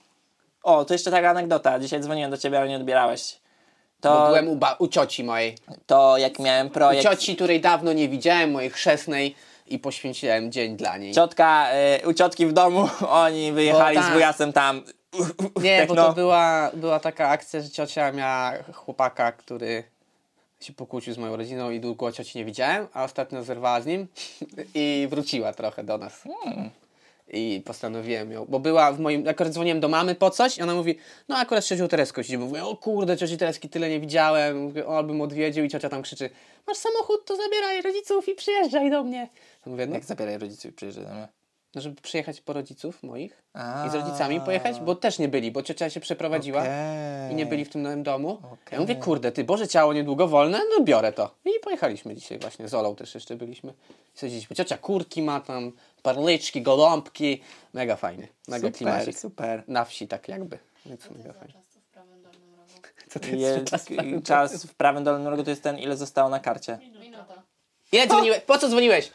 O, to jeszcze taka anegdota. Dzisiaj dzwoniłem do ciebie, ale nie odbierałeś. Bo To, byłem u, ba- u cioci mojej. to jak miałem U projekt... cioci, której dawno nie widziałem, mojej chrzestnej i poświęciłem dzień dla niej. Ciotka, y, u ciotki w domu, oni wyjechali Bo z tak. wujasem tam. Nie, bo no. to była, była taka akcja, że ciocia miała chłopaka, który się pokłócił z moją rodziną i długo cioci nie widziałem, a ostatnio zerwała z nim i wróciła trochę do nas. Hmm. I postanowiłem ją, bo była w moim, akurat dzwoniłem do mamy po coś i ona mówi, no akurat z ciocią Tereską siedzimy. Mówię, o kurde, cioci Tereski tyle nie widziałem, mówię, o, bym odwiedził i ciocia tam krzyczy, masz samochód, to zabieraj rodziców i przyjeżdżaj do mnie. Mówię, no, Jak zabieraj rodziców i przyjeżdżaj do mnie. no żeby przyjechać po rodziców moich A. i z rodzicami pojechać, bo też nie byli, bo ciocia się przeprowadziła. Okej. I nie byli w tym nowym domu. Okej. Ja mówię, kurde, ty, Boże ciało niedługo wolne, no biorę to. I pojechaliśmy dzisiaj właśnie, z Olą też jeszcze byliśmy. I siedzieliśmy, ciocia kurki ma tam, parlyczki, gołąbki. Mega fajny, mega Super, klimacik. super. Na wsi tak jakby. Więc Co to mega jest za fajnie. czas w prawym dolnym rogu? Co to Je, jest czas? czas w prawym dolnym rogu to jest ten, ile zostało na karcie. Minuta. Ile dzwoniłeś? Po co dzwoniłeś?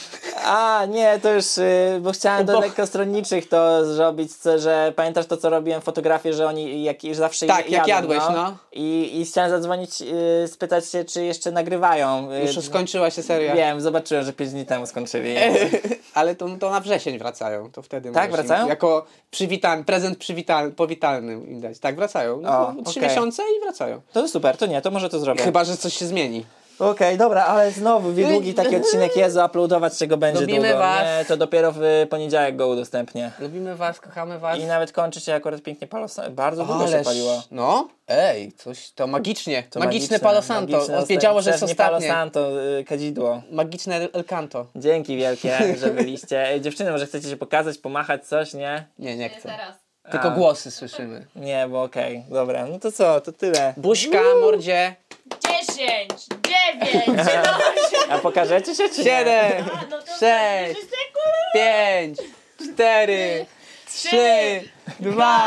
A, nie, to już, y, bo chciałem do Bo- lekkostronniczych to zrobić, co, że pamiętasz to, co robiłem fotografię, że oni jak, że zawsze Tak, jak jadą, jadłeś, no. I, I chciałem zadzwonić, y, spytać się, czy jeszcze nagrywają. Y, Już skończyła się seria. Wiem, zobaczyłem, że pięć dni temu skończyli. Ale to, to na wrzesień wracają, to wtedy Tak, możesz im wracają? Jako przywitan, prezent przywital, powitalny im dać. Tak, wracają. No, O, to Trzy okej. miesiące i wracają. To super, to nie, to może to zrobię. Chyba, że coś się zmieni. Okej, dobra, ale znowu długi taki odcinek jest, uploadować czego będzie Lubimy długo. was. Nie, to dopiero w poniedziałek go udostępnię. Lubimy was, kochamy was. I nawet kończy się akurat pięknie Palo Santo. Bardzo długo się Ależ, paliło. No, ej, coś to magicznie. To magiczne Palo Santo. magiczne On wiedziało, że jest pewnie Palo ostatnie. Santo, y, kadzidło. Magiczne El Canto. Dzięki wielkie, że byliście. Ej, dziewczyny, może chcecie się pokazać, pomachać, coś, nie? Nie, nie Nie chcę. teraz. Tylko A. głosy słyszymy. Nie, bo okej, dobra. No to co, to tyle. Buźka, mordzie. dziesięć, dziewięć, A pokażecie się, czy nie? Siedem, A, no to sześć, pięć, cztery, trzy, dwa.